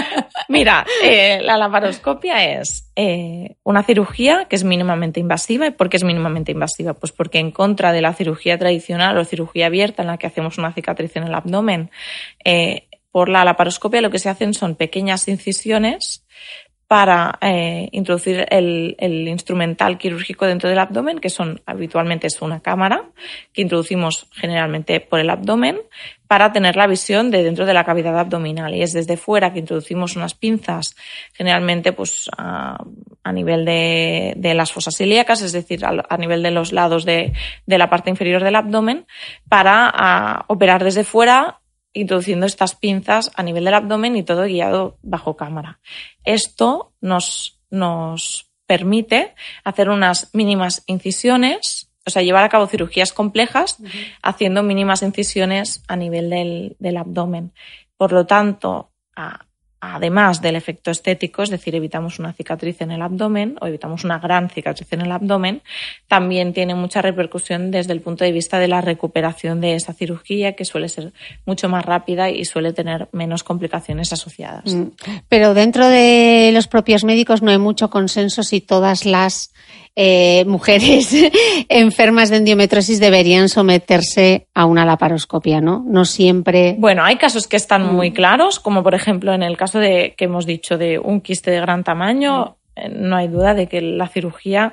Mira, eh, la laparoscopia es eh, una cirugía que es mínimamente invasiva. ¿Y por qué es mínimamente invasiva? Pues porque en contra de la cirugía tradicional o cirugía abierta en la que hacemos una cicatriz en el abdomen, eh, por la laparoscopia lo que se hacen son pequeñas incisiones para eh, introducir el, el instrumental quirúrgico dentro del abdomen, que son habitualmente es una cámara que introducimos generalmente por el abdomen para tener la visión de dentro de la cavidad abdominal. Y es desde fuera que introducimos unas pinzas, generalmente pues a, a nivel de, de las fosas ilíacas, es decir, a, a nivel de los lados de, de la parte inferior del abdomen, para a, operar desde fuera, introduciendo estas pinzas a nivel del abdomen y todo guiado bajo cámara. Esto nos, nos permite hacer unas mínimas incisiones, o sea, llevar a cabo cirugías complejas uh-huh. haciendo mínimas incisiones a nivel del, del abdomen. Por lo tanto, a, además del efecto estético, es decir, evitamos una cicatriz en el abdomen o evitamos una gran cicatriz en el abdomen, también tiene mucha repercusión desde el punto de vista de la recuperación de esa cirugía, que suele ser mucho más rápida y suele tener menos complicaciones asociadas. Pero dentro de los propios médicos no hay mucho consenso si todas las eh, mujeres enfermas de endometriosis deberían someterse a una laparoscopia, ¿no? No siempre. Bueno, hay casos que están mm. muy claros, como por ejemplo en el caso de que hemos dicho de un quiste de gran tamaño, mm. no hay duda de que la cirugía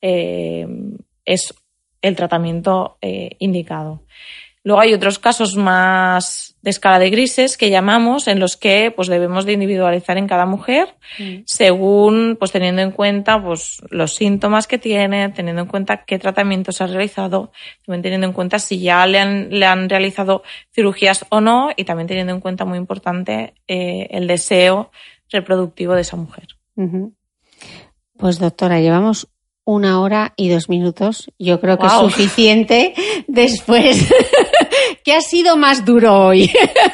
eh, es el tratamiento eh, indicado. Luego hay otros casos más de escala de grises que llamamos, en los que pues debemos de individualizar en cada mujer mm. según, pues teniendo en cuenta pues los síntomas que tiene, teniendo en cuenta qué tratamientos ha realizado, también teniendo en cuenta si ya le han, le han realizado cirugías o no, y también teniendo en cuenta, muy importante, eh, el deseo reproductivo de esa mujer. Uh-huh. Pues doctora, llevamos una hora y dos minutos. Yo creo que wow. es suficiente después. ¿Qué ha sido más duro hoy?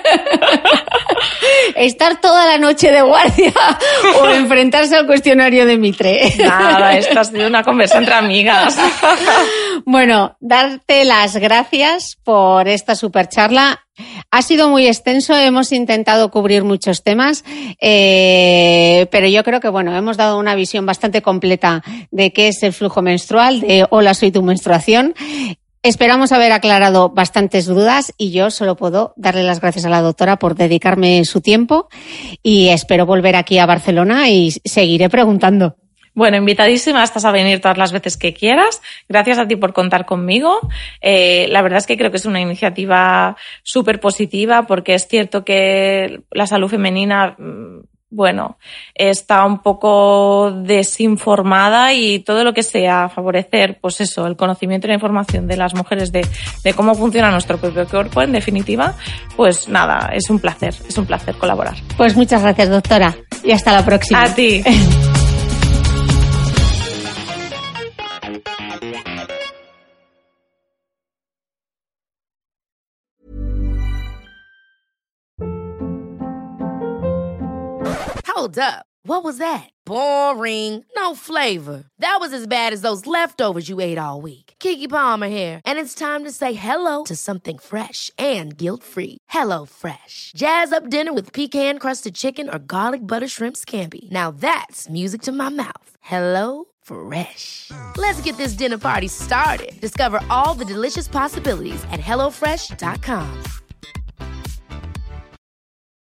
¿Estar toda la noche de guardia o enfrentarse al cuestionario de Mitre? Nada, esto ha sido una conversa entre amigas. Bueno, darte las gracias por esta super charla. Ha sido muy extenso, hemos intentado cubrir muchos temas, eh, pero yo creo que bueno, hemos dado una visión bastante completa de qué es el flujo menstrual, de Hola, soy tu menstruación. Esperamos haber aclarado bastantes dudas y yo solo puedo darle las gracias a la doctora por dedicarme su tiempo y espero volver aquí a Barcelona y seguiré preguntando. Bueno, invitadísima, estás a venir todas las veces que quieras. Gracias a ti por contar conmigo. Eh, la verdad es que creo que es una iniciativa súper positiva, porque es cierto que la salud femenina, bueno, está un poco desinformada, y todo lo que sea favorecer, pues eso, el conocimiento y la información de las mujeres de, de cómo funciona nuestro propio cuerpo, en definitiva, pues nada, es un placer, es un placer colaborar. Pues muchas gracias, doctora, y hasta la próxima. A ti. Hold up. What was that? Boring. No flavor. That was as bad as those leftovers you ate all week. Keke Palmer here, and it's time to say hello to something fresh and guilt-free. Hello Fresh. Jazz up dinner with pecan-crusted chicken or garlic butter shrimp scampi. Now that's music to my mouth. Hello Fresh. Let's get this dinner party started. Discover all the delicious possibilities at hello fresh dot com.